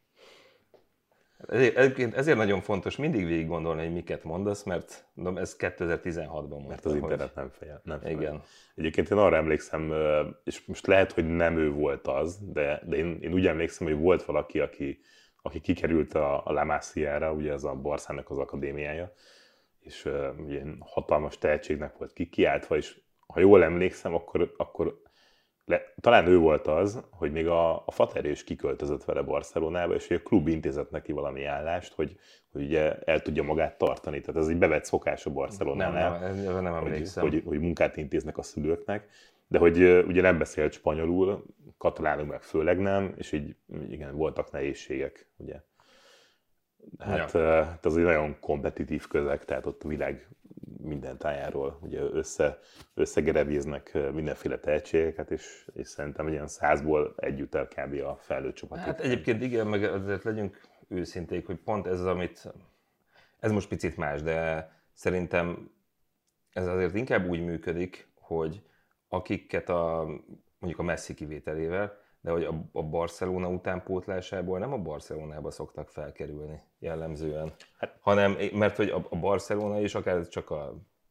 Ezért, ezért nagyon fontos mindig végig gondolni, hogy miket mondasz, mert mondom, ez kétezer-tizenhatban mondtam. Mert az internet hogy... nem fejel. Nem fejel. Igen. Egyébként én arra emlékszem, és most lehet, hogy nem ő volt az, de, de én, én úgy emlékszem, hogy volt valaki, aki, aki kikerült a, a La Masia-ra, ugye ez a Barszának az akadémiája, és uh, ilyen hatalmas tehetségnek volt kikiáltva, és ha jól emlékszem, akkor, akkor le, talán ő volt az, hogy még a, a Fater is kiköltözött vele Barcelonába, és hogy a klub intézett neki valami állást, hogy, hogy ugye el tudja magát tartani. Tehát ez egy bevett szokás a Barcelonánál, nem, nem, nem emlékszem. Hogy, hogy, hogy munkát intéznek a szülőknek, de hogy ugye nem beszélt spanyolul, katalánul meg főleg nem, és így igen, voltak nehézségek, ugye. Hát ja. Ez egy nagyon kompetitív közeg, tehát ott a világ minden tájáról ugye össze, összegerevíznek mindenféle tehetségeket, és, és szerintem ilyen százból együtt el kb. A fejlőtt csapat. Hát egyébként igen, meg azért legyünk őszinték, hogy pont ez az, amit, ez most picit más, de szerintem ez azért inkább úgy működik, hogy akiket a, mondjuk a Messi kivételével, de hogy a, a Barcelona utánpótlásából nem a Barcelonába szoktak felkerülni jellemzően, hát, hanem, mert hogy a, a Barcelona is akár csak a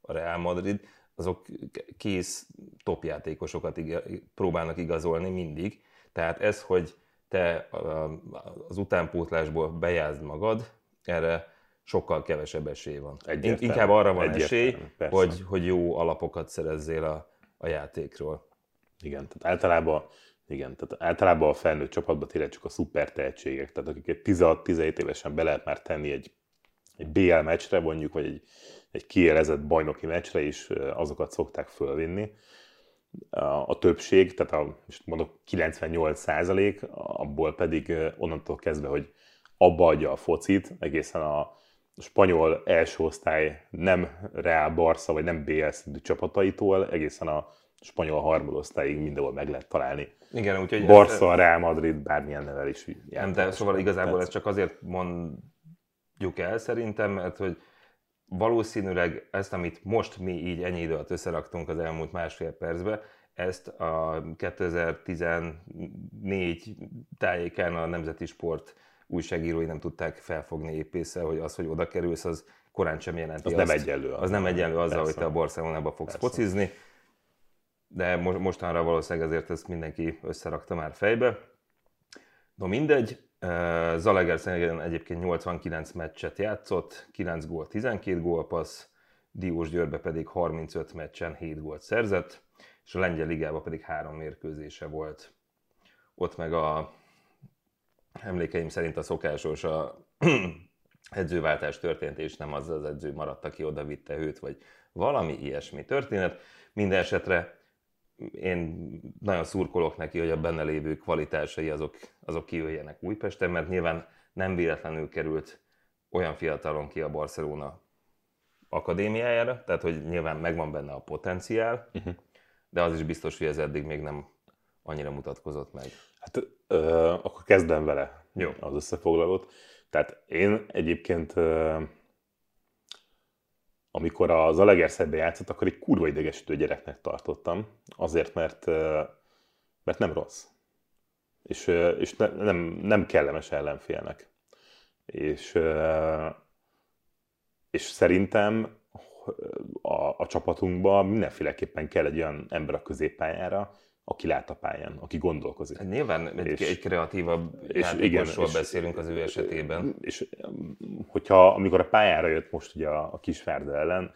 a Real Madrid, azok kész topjátékosokat próbálnak igazolni mindig. Tehát ez, hogy te az utánpótlásból bejázd magad, erre sokkal kevesebb esély van. Egyértelmű. Inkább arra van Egyértelmű, esély, persze. hogy, hogy jó alapokat szerezzél a, a játékról. Igen, tehát általában, igen, tehát általában a felnőtt csapatban tényleg csak a szuper tehetségek, tehát akiket tizenhat-tizenhét évesen be lehet már tenni egy, egy bé el meccsre, mondjuk, vagy egy, egy kiélezett bajnoki meccsre is, azokat szokták fölvinni. A, a többség, tehát a, most mondok kilencvennyolc százalék, abból pedig onnantól kezdve, hogy abba adja a focit, egészen a spanyol első osztály nem Real Barca, vagy nem bé el szintű csapataitól, egészen a spanyol harmadosztályig mindenhol meg lehet találni. Igen, úgyhogy Barca, ezt... Real Madrid, bármilyen nevel is játék. De szóval igazából ezt csak azért mondjuk el szerintem, mert hogy valószínűleg ezt, amit most mi így ennyi idő alatt összeraktunk az elmúlt másfél percben, ezt a kétezer-tizennégy tájékán a Nemzeti Sport újságírói nem tudták felfogni épésszel, hogy az, hogy oda kerülsz, az korán sem jelenti az azt. Nem egyenlő az nem egyenlő azzal, persze, hogy te a Barcelonába fogsz persze. focizni. De mostanra valószínűleg azért ezt mindenki összerakta már fejbe. No mindegy, Zalaegerszegen egyébként nyolcvankilenc meccset játszott, kilenc gól, tizenkét gólpassz, Diósgyőrbe pedig harmincöt meccsen hét gólt szerzett, és a lengyel ligában pedig három mérkőzése volt. Ott meg a emlékeim szerint a szokásos a edzőváltás történt, és nem az az edző maradt, aki oda vitte őt, vagy valami ilyesmi történet. Minden esetre én nagyon szurkolok neki, hogy a benne lévő kvalitásai azok, azok kijöjjenek Újpesten, mert nyilván nem véletlenül került olyan fiatalon ki a Barcelona akadémiájára, tehát hogy nyilván megvan benne a potenciál, uh-huh. de az is biztos, hogy ez eddig még nem annyira mutatkozott meg. Hát ö, akkor kezdem vele. Jó. Az összefoglalót. Tehát én egyébként, ö, amikor a Zalaegerszegben játszott, akkor egy kurva idegesítő gyereknek tartottam. Azért, mert, ö, mert nem rossz. És, ö, és ne, nem, nem kellemes ellenfélnek. És, ö, és szerintem a, a csapatunkban mindenféleképpen kell egy olyan ember a középpályára, aki lát a pályán, aki gondolkozik. Hát nyilván egy, és, egy kreatívabb és játékosról igen, beszélünk az ő esetében. És hogyha amikor a pályára jött most ugye a, a Kisvárda ellen,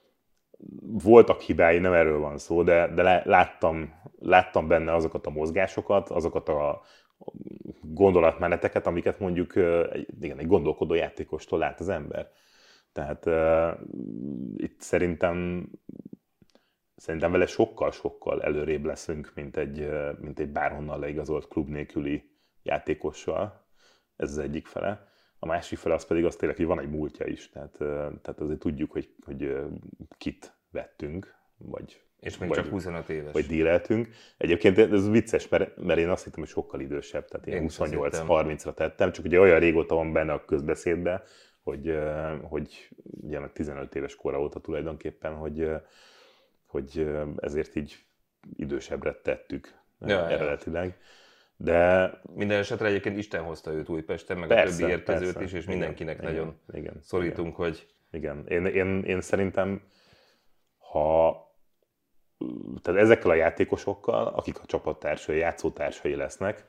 voltak hibái, nem erről van szó, de, de láttam, láttam benne azokat a mozgásokat, azokat a gondolatmeneteket, amiket mondjuk igen, egy gondolkodó játékostól lát az ember. Tehát uh, itt szerintem Szerintem vele sokkal-sokkal előrébb leszünk, mint egy, mint egy bárhonnan leigazolt klub nélküli játékossal. Ez az egyik fele. A másik fele az pedig az tényleg, hogy van egy múltja is. Tehát, tehát azért tudjuk, hogy, hogy kit vettünk, vagy, és még vagy, csak huszonöt éves. Vagy díleltünk. Egyébként ez vicces, mert, mert én azt hittem, hogy sokkal idősebb. Tehát én, én huszonnyolc harmincra tettem, csak ugye olyan régóta van benne a közbeszédben, hogy, hogy ugye tizenöt éves kora óta tulajdonképpen, hogy hogy ezért így idősebbre tettük ja, eredetileg. De minden esetre egyébként Isten hozta őt Újpesten, meg persze, a többi érkezőt persze, is, és mindenkinek igen, nagyon igen, szorítunk, igen. hogy... Igen, én, én, én szerintem, ha tehát ezekkel a játékosokkal, akik a csapattársai, játszótársai lesznek,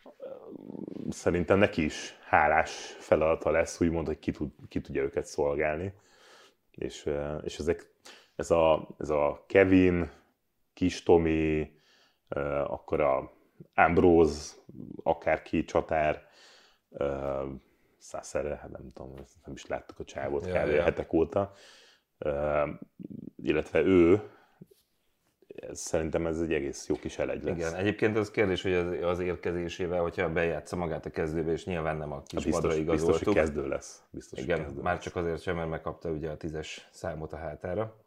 szerintem neki is hálás feladata lesz, úgymond, hogy ki, tud, ki tudja őket szolgálni. És, és ezek Ez a, ez a Kevin, Kis Tomi, uh, akkor a Ambrose, akárki, Csatár, uh, Szászere, hát nem tudom, nem is láttuk a csávot ja, kb. Ja. hetek óta, uh, illetve ő, ez, szerintem ez egy egész jó kis elegy lesz. Igen, egyébként az kérdés, hogy az, az érkezésével, hogyha bejátsza magát a kezdőbe, és nyilván nem a kis biztos, madra igazoltuk. Biztos, hogy kezdő lesz. Biztos, igen, kezdő már lesz. csak azért sem, mert megkapta ugye a tízes számot a hátára.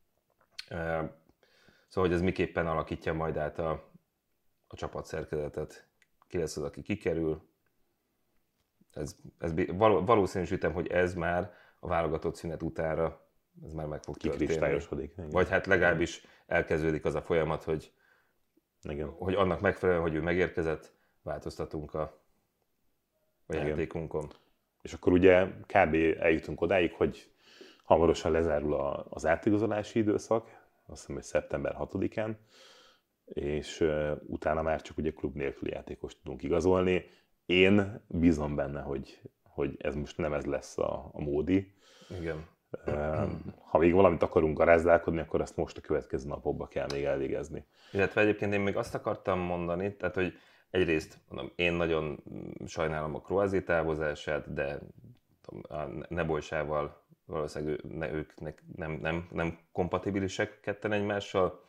Szóval, hogy ez miképpen alakítja majd át a, a csapatszerkezetet. Ki lesz az, aki kikerül. Ez, ez valószínűsítem, hogy ez már a válogatott szünet utára ez már meg fog történni. Vagy hát legalábbis elkezdődik az a folyamat, hogy, igen. hogy annak megfelelően, hogy ő megérkezett, változtatunk a, a játékunkon. És akkor ugye kb. Eljutunk odáig, hogy hamarosan lezárul a, az átigazolási időszak, azt hiszem, hogy szeptember hatodikán, és uh, utána már csak ugye klub nélküli játékost tudunk igazolni. Én bízom benne, hogy, hogy ez most nem ez lesz a, a módi. Igen. Uh, ha még valamit akarunk garázdálkodni, akkor ezt most a következő napokban kell még elvégezni. Illetve egyébként én még azt akartam mondani, tehát hogy egyrészt mondom, én nagyon sajnálom a Kruázi távozását, de a Nebojsával valószínűleg ő, ne, ők ne, nem, nem, nem kompatibilisek ketten egymással.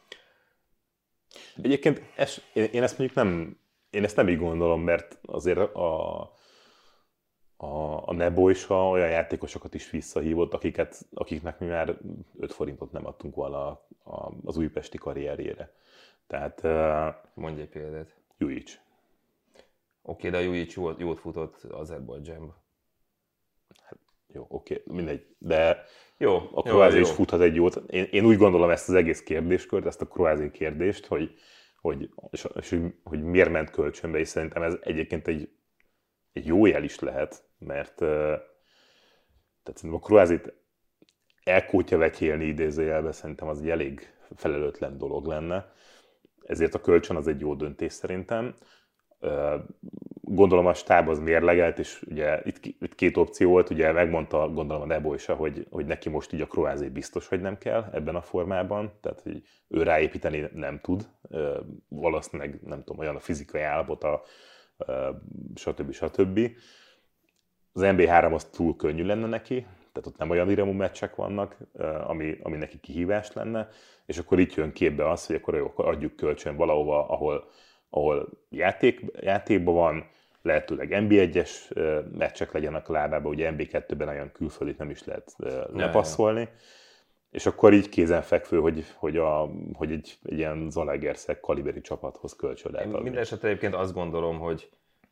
Egyébként ez, én ezt mondjuk nem, én ezt nem így gondolom, mert azért a, a, a Nebojsa olyan játékosokat is visszahívott, akiket, akiknek mi már öt forintot nem adtunk volna a, a, az újpesti karrierjére. Tehát... Mondj egy példát. Jujic. Oké, de a Jujic jót, jót futott Azerbajdzsánba. Hát, jó, oké, mindegy. De jó, a Kruázi is futhat egy jót. Én, én úgy gondolom ezt az egész kérdéskört, ezt a Kruázi kérdést, hogy, hogy, és, és, hogy miért ment kölcsönbe, és szerintem ez egyébként egy, egy jó jel is lehet, mert tehát szerintem a Kruázit elkótya vetyélni idézőjelben szerintem az egy elég felelőtlen dolog lenne. Ezért a kölcsön az egy jó döntés szerintem. Gondolom a stáb az mérlegelt, és ugye itt, itt két opció volt, ugye megmondta gondolom a Nebojsa, hogy, hogy neki most így a Kruázi biztos, hogy nem kell ebben a formában, tehát hogy ő ráépíteni nem tud, valószínűleg nem tudom, olyan a fizikai állapota, stb. stb. Az en bé három az túl könnyű lenne neki, tehát ott nem olyan iramú meccsek vannak, ami, ami neki kihívás lenne, és akkor itt jön képbe az, hogy akkor, jó, akkor adjuk kölcsön valahova, ahol, ahol játék, játékban van, lehetőleg en bé egyes meccsek legyenek a lábában, ugye en bé kettőben olyan külföldit nem is lehet lepasszolni, ja, ja. És akkor így kézenfekvő, hogy, hogy, a, hogy egy, egy ilyen Zalaegerszeg kaliberi csapathoz kölcsön lehet adni. Minden esetre egyébként azt gondolom, hogy,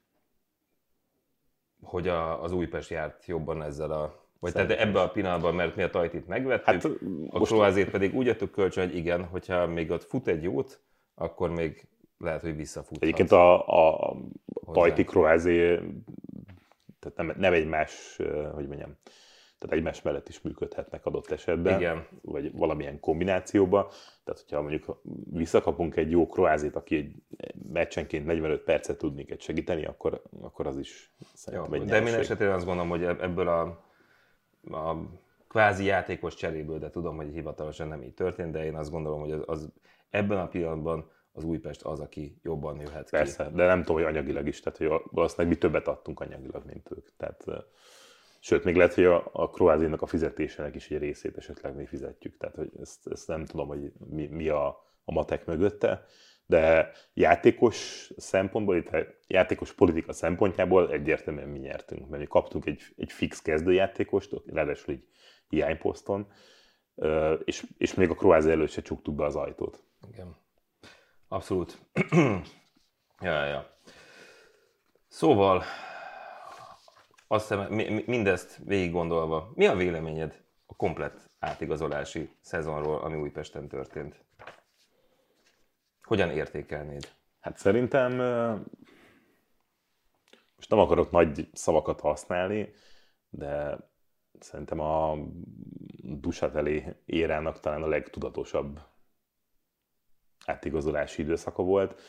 hogy a, az Újpest járt jobban ezzel a... Vagy tehát ebben a pillanatban, mert mi a Tajtit megvettük, hát, a most... Kruázét pedig úgy adtuk kölcsön, hogy igen, hogyha még ott fut egy jót, akkor még lehet, hogy visszafuthat. Egyébként a, a Tajti Kruázé, tehát nem, nem egymás, hogy mondjam, tehát egymás mellett is működhetnek adott esetben, igen. Vagy valamilyen kombínációba. Tehát, hogyha mondjuk visszakapunk egy jó Kruázét, aki egy meccsenként negyvenöt percet tud minket segíteni, akkor, akkor az is szerintem jó, egy de minden esetben azt gondolom, hogy ebből a, a kvázi játékos cseréből, de tudom, hogy hivatalosan nem így történt, de én azt gondolom, hogy az, az ebben a pillanatban az Újpest az, aki jobban jöhet ki. Persze, de nem tudom, hogy anyagilag is, tehát hogy valószínűleg mi többet adtunk anyagilag, mint ők. Tehát, sőt, még lehet, hogy a, a Kruázinak a fizetésének is egy részét esetleg mi fizetjük. Tehát, hogy ezt, ezt nem tudom, hogy mi, mi a, a matek mögötte, de játékos szempontból, itt játékos politika szempontjából egyértelműen mi nyertünk, mert mi kaptunk egy, egy fix kezdőjátékost, ráadásul egy hiányposzton, és, és még a Kruázi előtt se csuktuk be az ajtót. Igen. Abszolút. ja, ja. Szóval, azt hiszem, mindezt végig gondolva, mi a véleményed a komplett átigazolási szezonról, ami Újpesten történt? Hogyan értékelnéd? Hát szerintem, most nem akarok nagy szavakat használni, de szerintem a Dussateli érának talán a legtudatosabb átigazolási időszaka volt.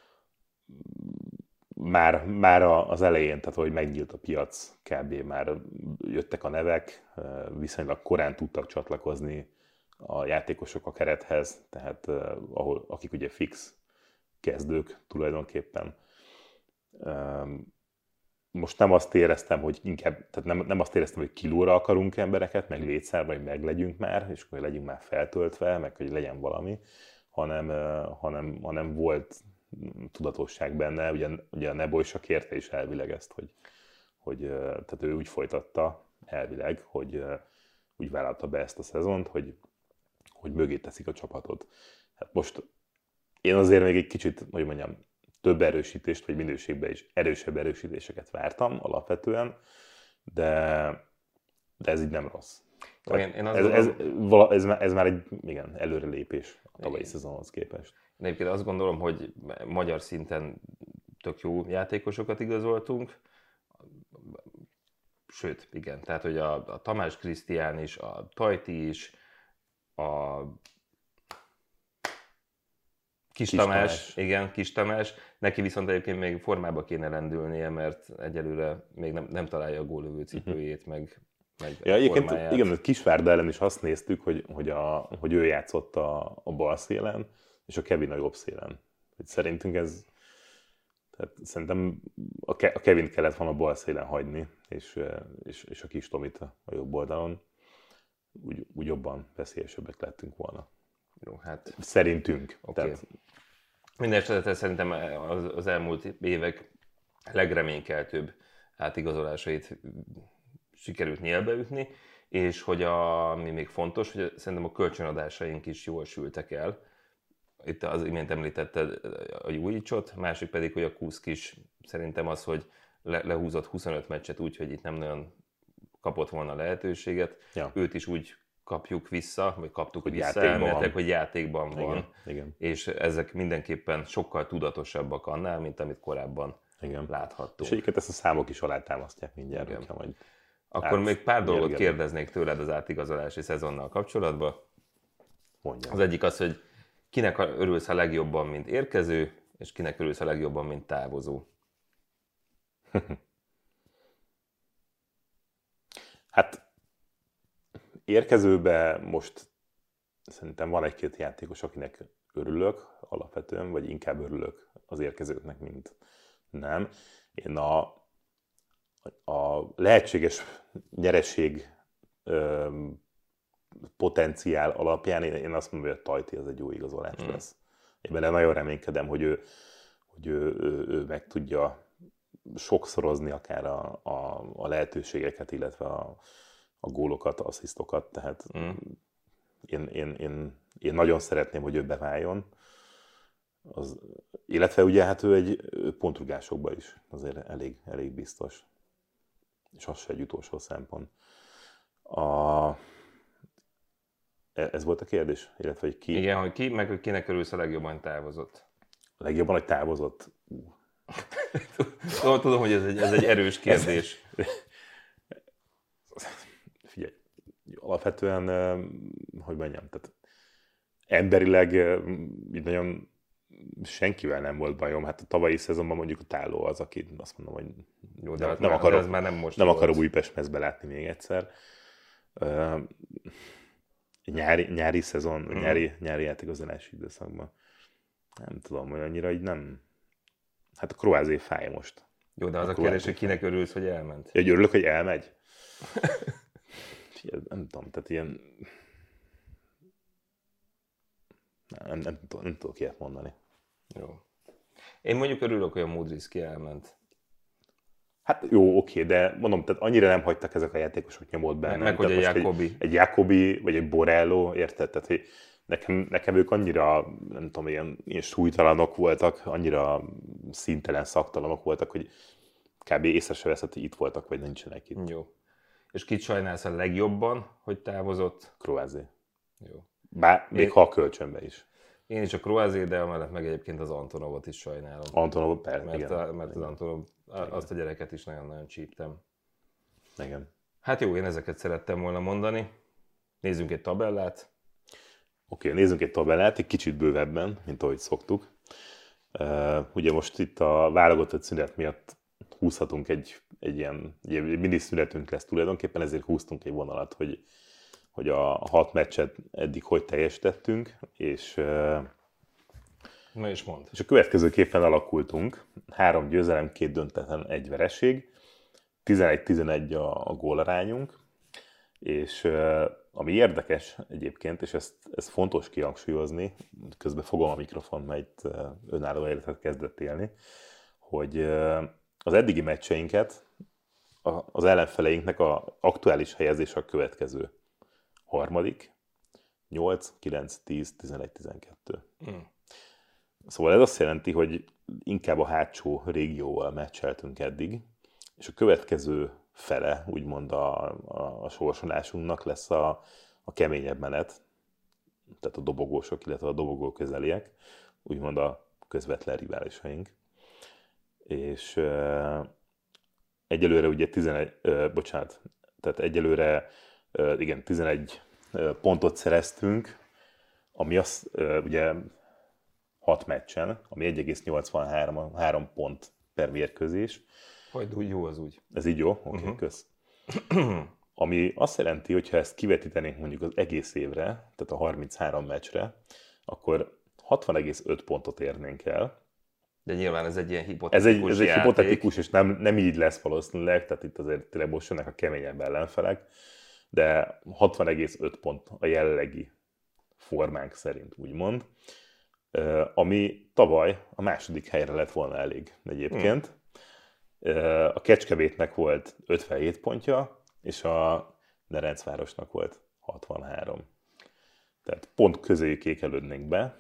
Már, már az elején, tehát hogy megnyílt a piac, kb. Már jöttek a nevek, viszonylag korán tudtak csatlakozni a játékosok a kerethez, tehát ahol, akik ugye fix kezdők tulajdonképpen. Most nem azt éreztem, hogy inkább, tehát nem, nem azt éreztem, hogy kilóra akarunk embereket, meg létszárba, hogy meglegyünk már, és hogy legyünk már feltöltve, meg hogy legyen valami, hanem, hanem, hanem volt tudatosság benne, ugye, ugye a Nebojsa kérte is elvileg ezt, hogy, hogy tehát ő úgy folytatta elvileg, hogy úgy vállalta be ezt a szezont, hogy, hogy mögé teszik a csapatot. Hát most én azért még egy kicsit, hogy mondjam, több erősítést, vagy minőségben is erősebb erősítéseket vártam alapvetően, de, de ez így nem rossz. Én, én ez, ez, ez, ez már egy igen, előrelépés a tavalyi szezonhoz képest. Én egyébként azt gondolom, hogy magyar szinten tök jó játékosokat igazoltunk. sőt, igen, tehát hogy a, a Tamás Krisztián is, a Tajti is, a Kis, Kis Tamás, Tamás. igen, Kis Tamás, neki viszont egyébként még formába kéne lendülnie, mert egyelőre még nem, nem találja a gólövő cipőjét, meg, meg Ja, a egyébként formáját. igen, a Kisvárda ellen is azt néztük, hogy, hogy, a, hogy ő játszott a, a bal szélen, és a Kevin a jobb szélen. Hogy szerintünk ez, tehát szerintem a, Ke, a Kevin kellett volna a bal szélen hagyni, és, és, és a Kis Tomit a jobb oldalon. Úgy, úgy jobban veszélyesebbek lettünk volna. Jó, hát Szerintünk. Okay. Tehát... Mindenesetre szerintem az, az elmúlt évek legreménykeltőbb átigazolásait sikerült nyílbe ütni, és hogy a, ami még fontos, hogy szerintem a kölcsönadásaink is jól sültek el. Itt az imént említetted a Jújicsot, másik pedig, hogy a Kuszk is szerintem az, hogy le, lehúzott huszonöt meccset úgy, hogy itt nem nagyon kapott volna lehetőséget. Ja. Őt is úgy kapjuk vissza, vagy kaptuk hogy vissza játékban hogy játékban van. Igen, igen. És ezek mindenképpen sokkal tudatosabbak annál, mint amit korábban igen. láthattunk. És egyiket ezt a számok is alátámasztják mindjárt, igen. hogyha majd Akkor át, még pár dolgot mérgelem. kérdeznék tőled az átigazolási szezonnal kapcsolatban. Mondjam. Az egyik az, hogy kinek örülsz a legjobban, mint érkező, és kinek örülsz a legjobban, mint távozó? Hát érkezőbe most szerintem van egy-két játékos, akinek örülök alapvetően, vagy inkább örülök az érkezőknek, mint nem. Én a, a lehetséges nyereség ö, potenciál alapján én, én azt mondom, hogy a Tajti az egy jó igazolás mm. lesz. Én benne nagyon reménykedem, hogy ő, hogy ő, ő, ő meg tudja sokszorozni akár a, a, a lehetőségeket, illetve a, a gólokat, asszisztokat, tehát mm. én, én, én, én nagyon szeretném, hogy ő beváljon. Az, illetve ugye hát ő egy pontrugásokban is azért elég, elég biztos. És az se egy utolsó szempont. A, ez volt a kérdés? Illetve, hogy ki... Igen, hogy ki, meg hogy kinek örülsz a legjobban távozott. A legjobban, hogy távozott? Tudom, hogy ez egy, ez egy erős kérdés. Figyelj, alapvetően, hogy mondjam, tehát emberileg így nagyon senkivel nem volt bajom. Hát a tavalyi szezonban mondjuk a Táló az, aki azt mondom, hogy jó, de nem, nem, akarom, ez már nem most nem volt. akarom Újpest-mezbe látni még egyszer. Uh, nyári, nyári szezon, mm. nyári, nyári játékozási időszakban. Nem tudom, hogy annyira így nem... Hát a Kroázé fáj most. Jó, de az a, a kérdés, hogy kinek örülsz, hogy elment? Ja, hogy örülök, hogy elmegy? Nem tudom, tehát ilyen... Nem, nem, nem, nem, nem tudok ilyet mondani. Jó. Én mondjuk örülök, hogy a Mudrycki elment. Hát jó, oké, de mondom, tehát annyira nem hagytak ezek a játékosok nyomot benne. Meg, meg hogy a Jakobi. Egy, egy Jakobi, vagy egy Borello, érted? Tehát, hogy nekem, nekem ők annyira, nem tudom, ilyen, ilyen súlytalanok voltak, annyira színtelen, szaktalanok voltak, hogy kb. Észre se veszett, hogy itt voltak, vagy nincsenek itt. Jó. És kit sajnálsz a legjobban, hogy távozott? Kroázé. Jó. Bár még Én... ha a kölcsönbe is. Én is a Kroázé, de amellett meg egyébként az Antonovot is sajnálom. Antonov, persze, mert, igen. A, mert az Antonov, azt a gyereket is nagyon-nagyon csíptem. Igen. Hát jó, én ezeket szerettem volna mondani. Nézzünk egy tabellát. Oké, okay, nézzünk egy tabellát, egy kicsit bővebben, mint ahogy szoktuk. Uh, ugye most itt a válogatott szünet miatt húzhatunk egy, egy ilyen, egy mini szünetünk lesz tulajdonképpen, ezért húztunk egy vonalat, hogy, hogy a hat meccset eddig hogy teljesítettünk, és, uh, Na és mondd. és a következőképpen alakultunk. Három győzelem, két döntetlen, egy vereség, tizenegy tizenegy a, a gólarányunk, és uh, ami érdekes egyébként, és ezt, ezt fontos kihangsúlyozni, közben fogom a mikrofont, mert önálló életet kezdett élni, hogy az eddigi meccseinket az ellenfeleinknek az aktuális helyezés a következő. Harmadik, nyolc, kilenc, tíz, tizenegy, tizenkettő. Mm. Szóval ez azt jelenti, hogy inkább a hátsó régióval meccseltünk eddig, és a következő fele, úgymond a, a, a sorsolásunknak lesz a, a keményebb menet, tehát a dobogósok, illetve a dobogó közeliek, úgymond a közvetlen riválisaink. És e, egyelőre ugye tizenegy, ö, bocsánat, tehát egyelőre ö, igen, tizenegy ö, pontot szereztünk, ami az ö, ugye hat meccsen, ami egy egész nyolcvanhárom három pont per mérkőzés. Majd úgy jó az úgy. Ez így jó? Oké, okay, uh-huh. Kösz. Ami azt jelenti, hogy ha ezt kivetítenénk mondjuk az egész évre, tehát a harminchárom meccsre, akkor hatvan egész öt pontot érnénk el. De nyilván ez egy ilyen hipotetikus Ez egy, ez egy hipotetikus, és nem, nem így lesz valószínűleg, tehát itt azért tényleg most jönnek a keményebb ellenfelek, de hatvan egész öt pont a jelenlegi formánk szerint, úgymond, ami tavaly a második helyre lett volna elég egyébként. Hmm. A Kecskemétnek volt ötvenhét pontja, és a Ferencvárosnak volt hatvanhárom. Tehát pont közéjük ékelődnénk be.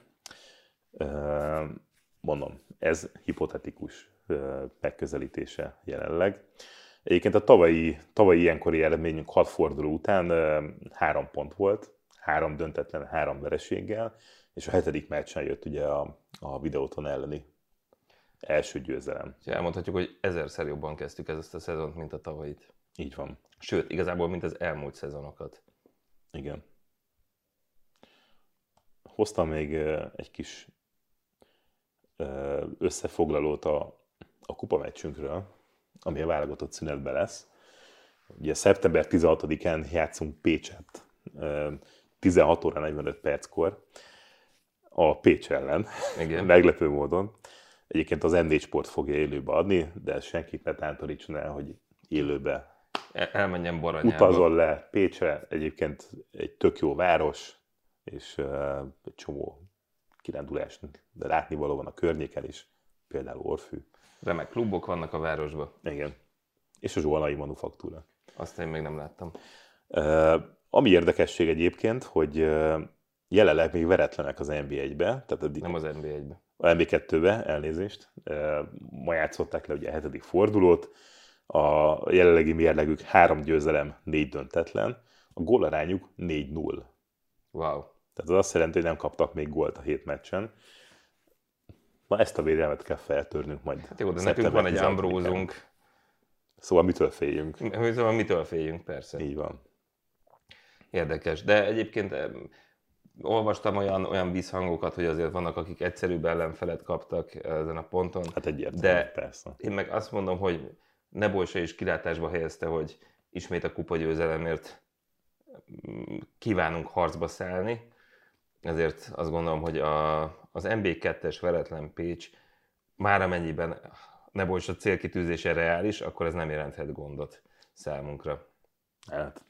Mondom, ez hipotetikus megközelítése jelenleg. Egyébként a tavalyi, tavalyi ilyenkori eredményünk hat forduló után három pont volt, három döntetlen, három vereséggel, és a hetedik meccsen jött ugye a, a Videóton elleni első győzelem. Elmondhatjuk, hogy ezerszer jobban kezdtük ezt a szezont, mint a tavalyit. Így van. Sőt, igazából, mint az elmúlt szezonokat. Igen. Hoztam még egy kis összefoglalót a, a kupameccsünkről, ami a válogatott szünetben lesz. Ugye szeptember tizenhatodikán játszunk Pécset, tizenhat óra negyvenöt perckor a Pécs ellen. Igen. Meglepő módon. Egyébként az em négy Sport fogja élőbe adni, de senkit ne tántorítson el, hogy élőbe elmenjen Baranyába. Utazol le Pécsre, egyébként egy tök jó város, és uh, egy csomó kirándulás, de látnivaló van a környéken is, például Orfű. Remek klubok vannak a városban. Igen. És a Zsolnai Manufaktúra. Azt én még nem láttam. Uh, ami érdekesség egyébként, hogy uh, jelenleg még veretlenek az en bé egybe. Tehát a, nem az en bé egybe. A en bé kettőbe, elnézést. Uh, ma játszották le ugye a hetedik fordulót. A jelenlegi mérlegük három győzelem, négy döntetlen. A gólarányuk négy null. Wow. Tehát az azt jelenti, hogy nem kaptak még gólt a hét meccsen. Ma ezt a védelmet kell feltörnünk majd. Hát jó, de nekünk van egy Ambrózunk. Szóval mitől féljünk? Szóval mitől féljünk, persze. Így van. Érdekes. De egyébként olvastam olyan, olyan vízhangokat, hogy azért vannak, akik egyszerűbb ellenfelet kaptak ezen a ponton. Hát egyértelmű, de persze. Én meg azt mondom, hogy Nebojsa is kilátásba helyezte, hogy ismét a kupagyőzelemért kívánunk harcba szállni. Ezért azt gondolom, hogy a, az en bé kettes veretlen Pécs már amennyiben Nebojsa célkitűzése reális, akkor ez nem jelenthet gondot számunkra. Hát,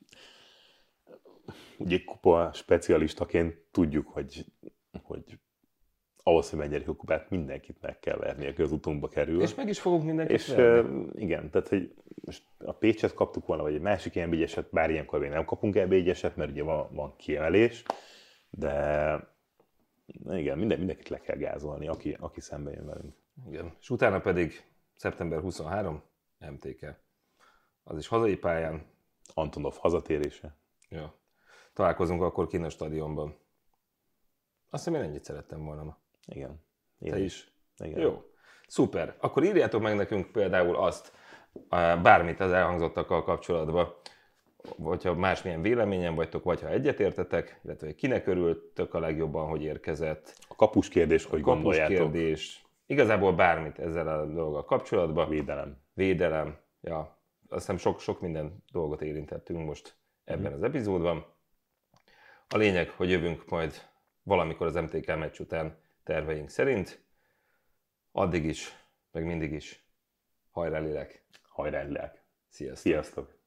ugye kupa specialistaként tudjuk, hogy, hogy ahhoz, hogy megnyerjük a kupát, mindenkit meg kell verni, aki az utunkba kerül. És meg is fogunk mindenkit és, verni. Igen, tehát hogy most a Pécset kaptuk volna, vagy egy másik en bé egyeset, bár ilyenkor még nem kapunk en bé egyeset, mert ugye van, van kiemelés, de igen, minden, mindenkit le kell gázolni, aki, aki szembe jön velünk. Igen, és utána pedig szeptember huszonharmadika em té ká. Az is hazai pályán. Antonov hazatérése. Ja. Találkozunk akkor kint a stadionban. Azt hiszem, én ennyit szerettem volna ma. Igen. Én Te is? Igen. Jó. Szuper. Akkor írjátok meg nekünk például azt, bármit az elhangzottakkal kapcsolatban, vagy ha másmilyen véleményen vagytok, vagy ha egyetértetek, illetve kinek örültök a legjobban, hogy érkezett. A kapus kérdés, hogy kapus gondoljátok. kérdés. Igazából bármit ezzel a dologgal kapcsolatban. Védelem. Védelem. Ja. Azt hiszem sok, sok minden dolgot érintettünk most ebben mm. az epizódban. A lényeg, hogy jövünk majd valamikor az em té ká meccs után terveink szerint. Addig is, meg mindig is. Hajrá lélek! Hajrá lélek! Sziasztok! Sziasztok!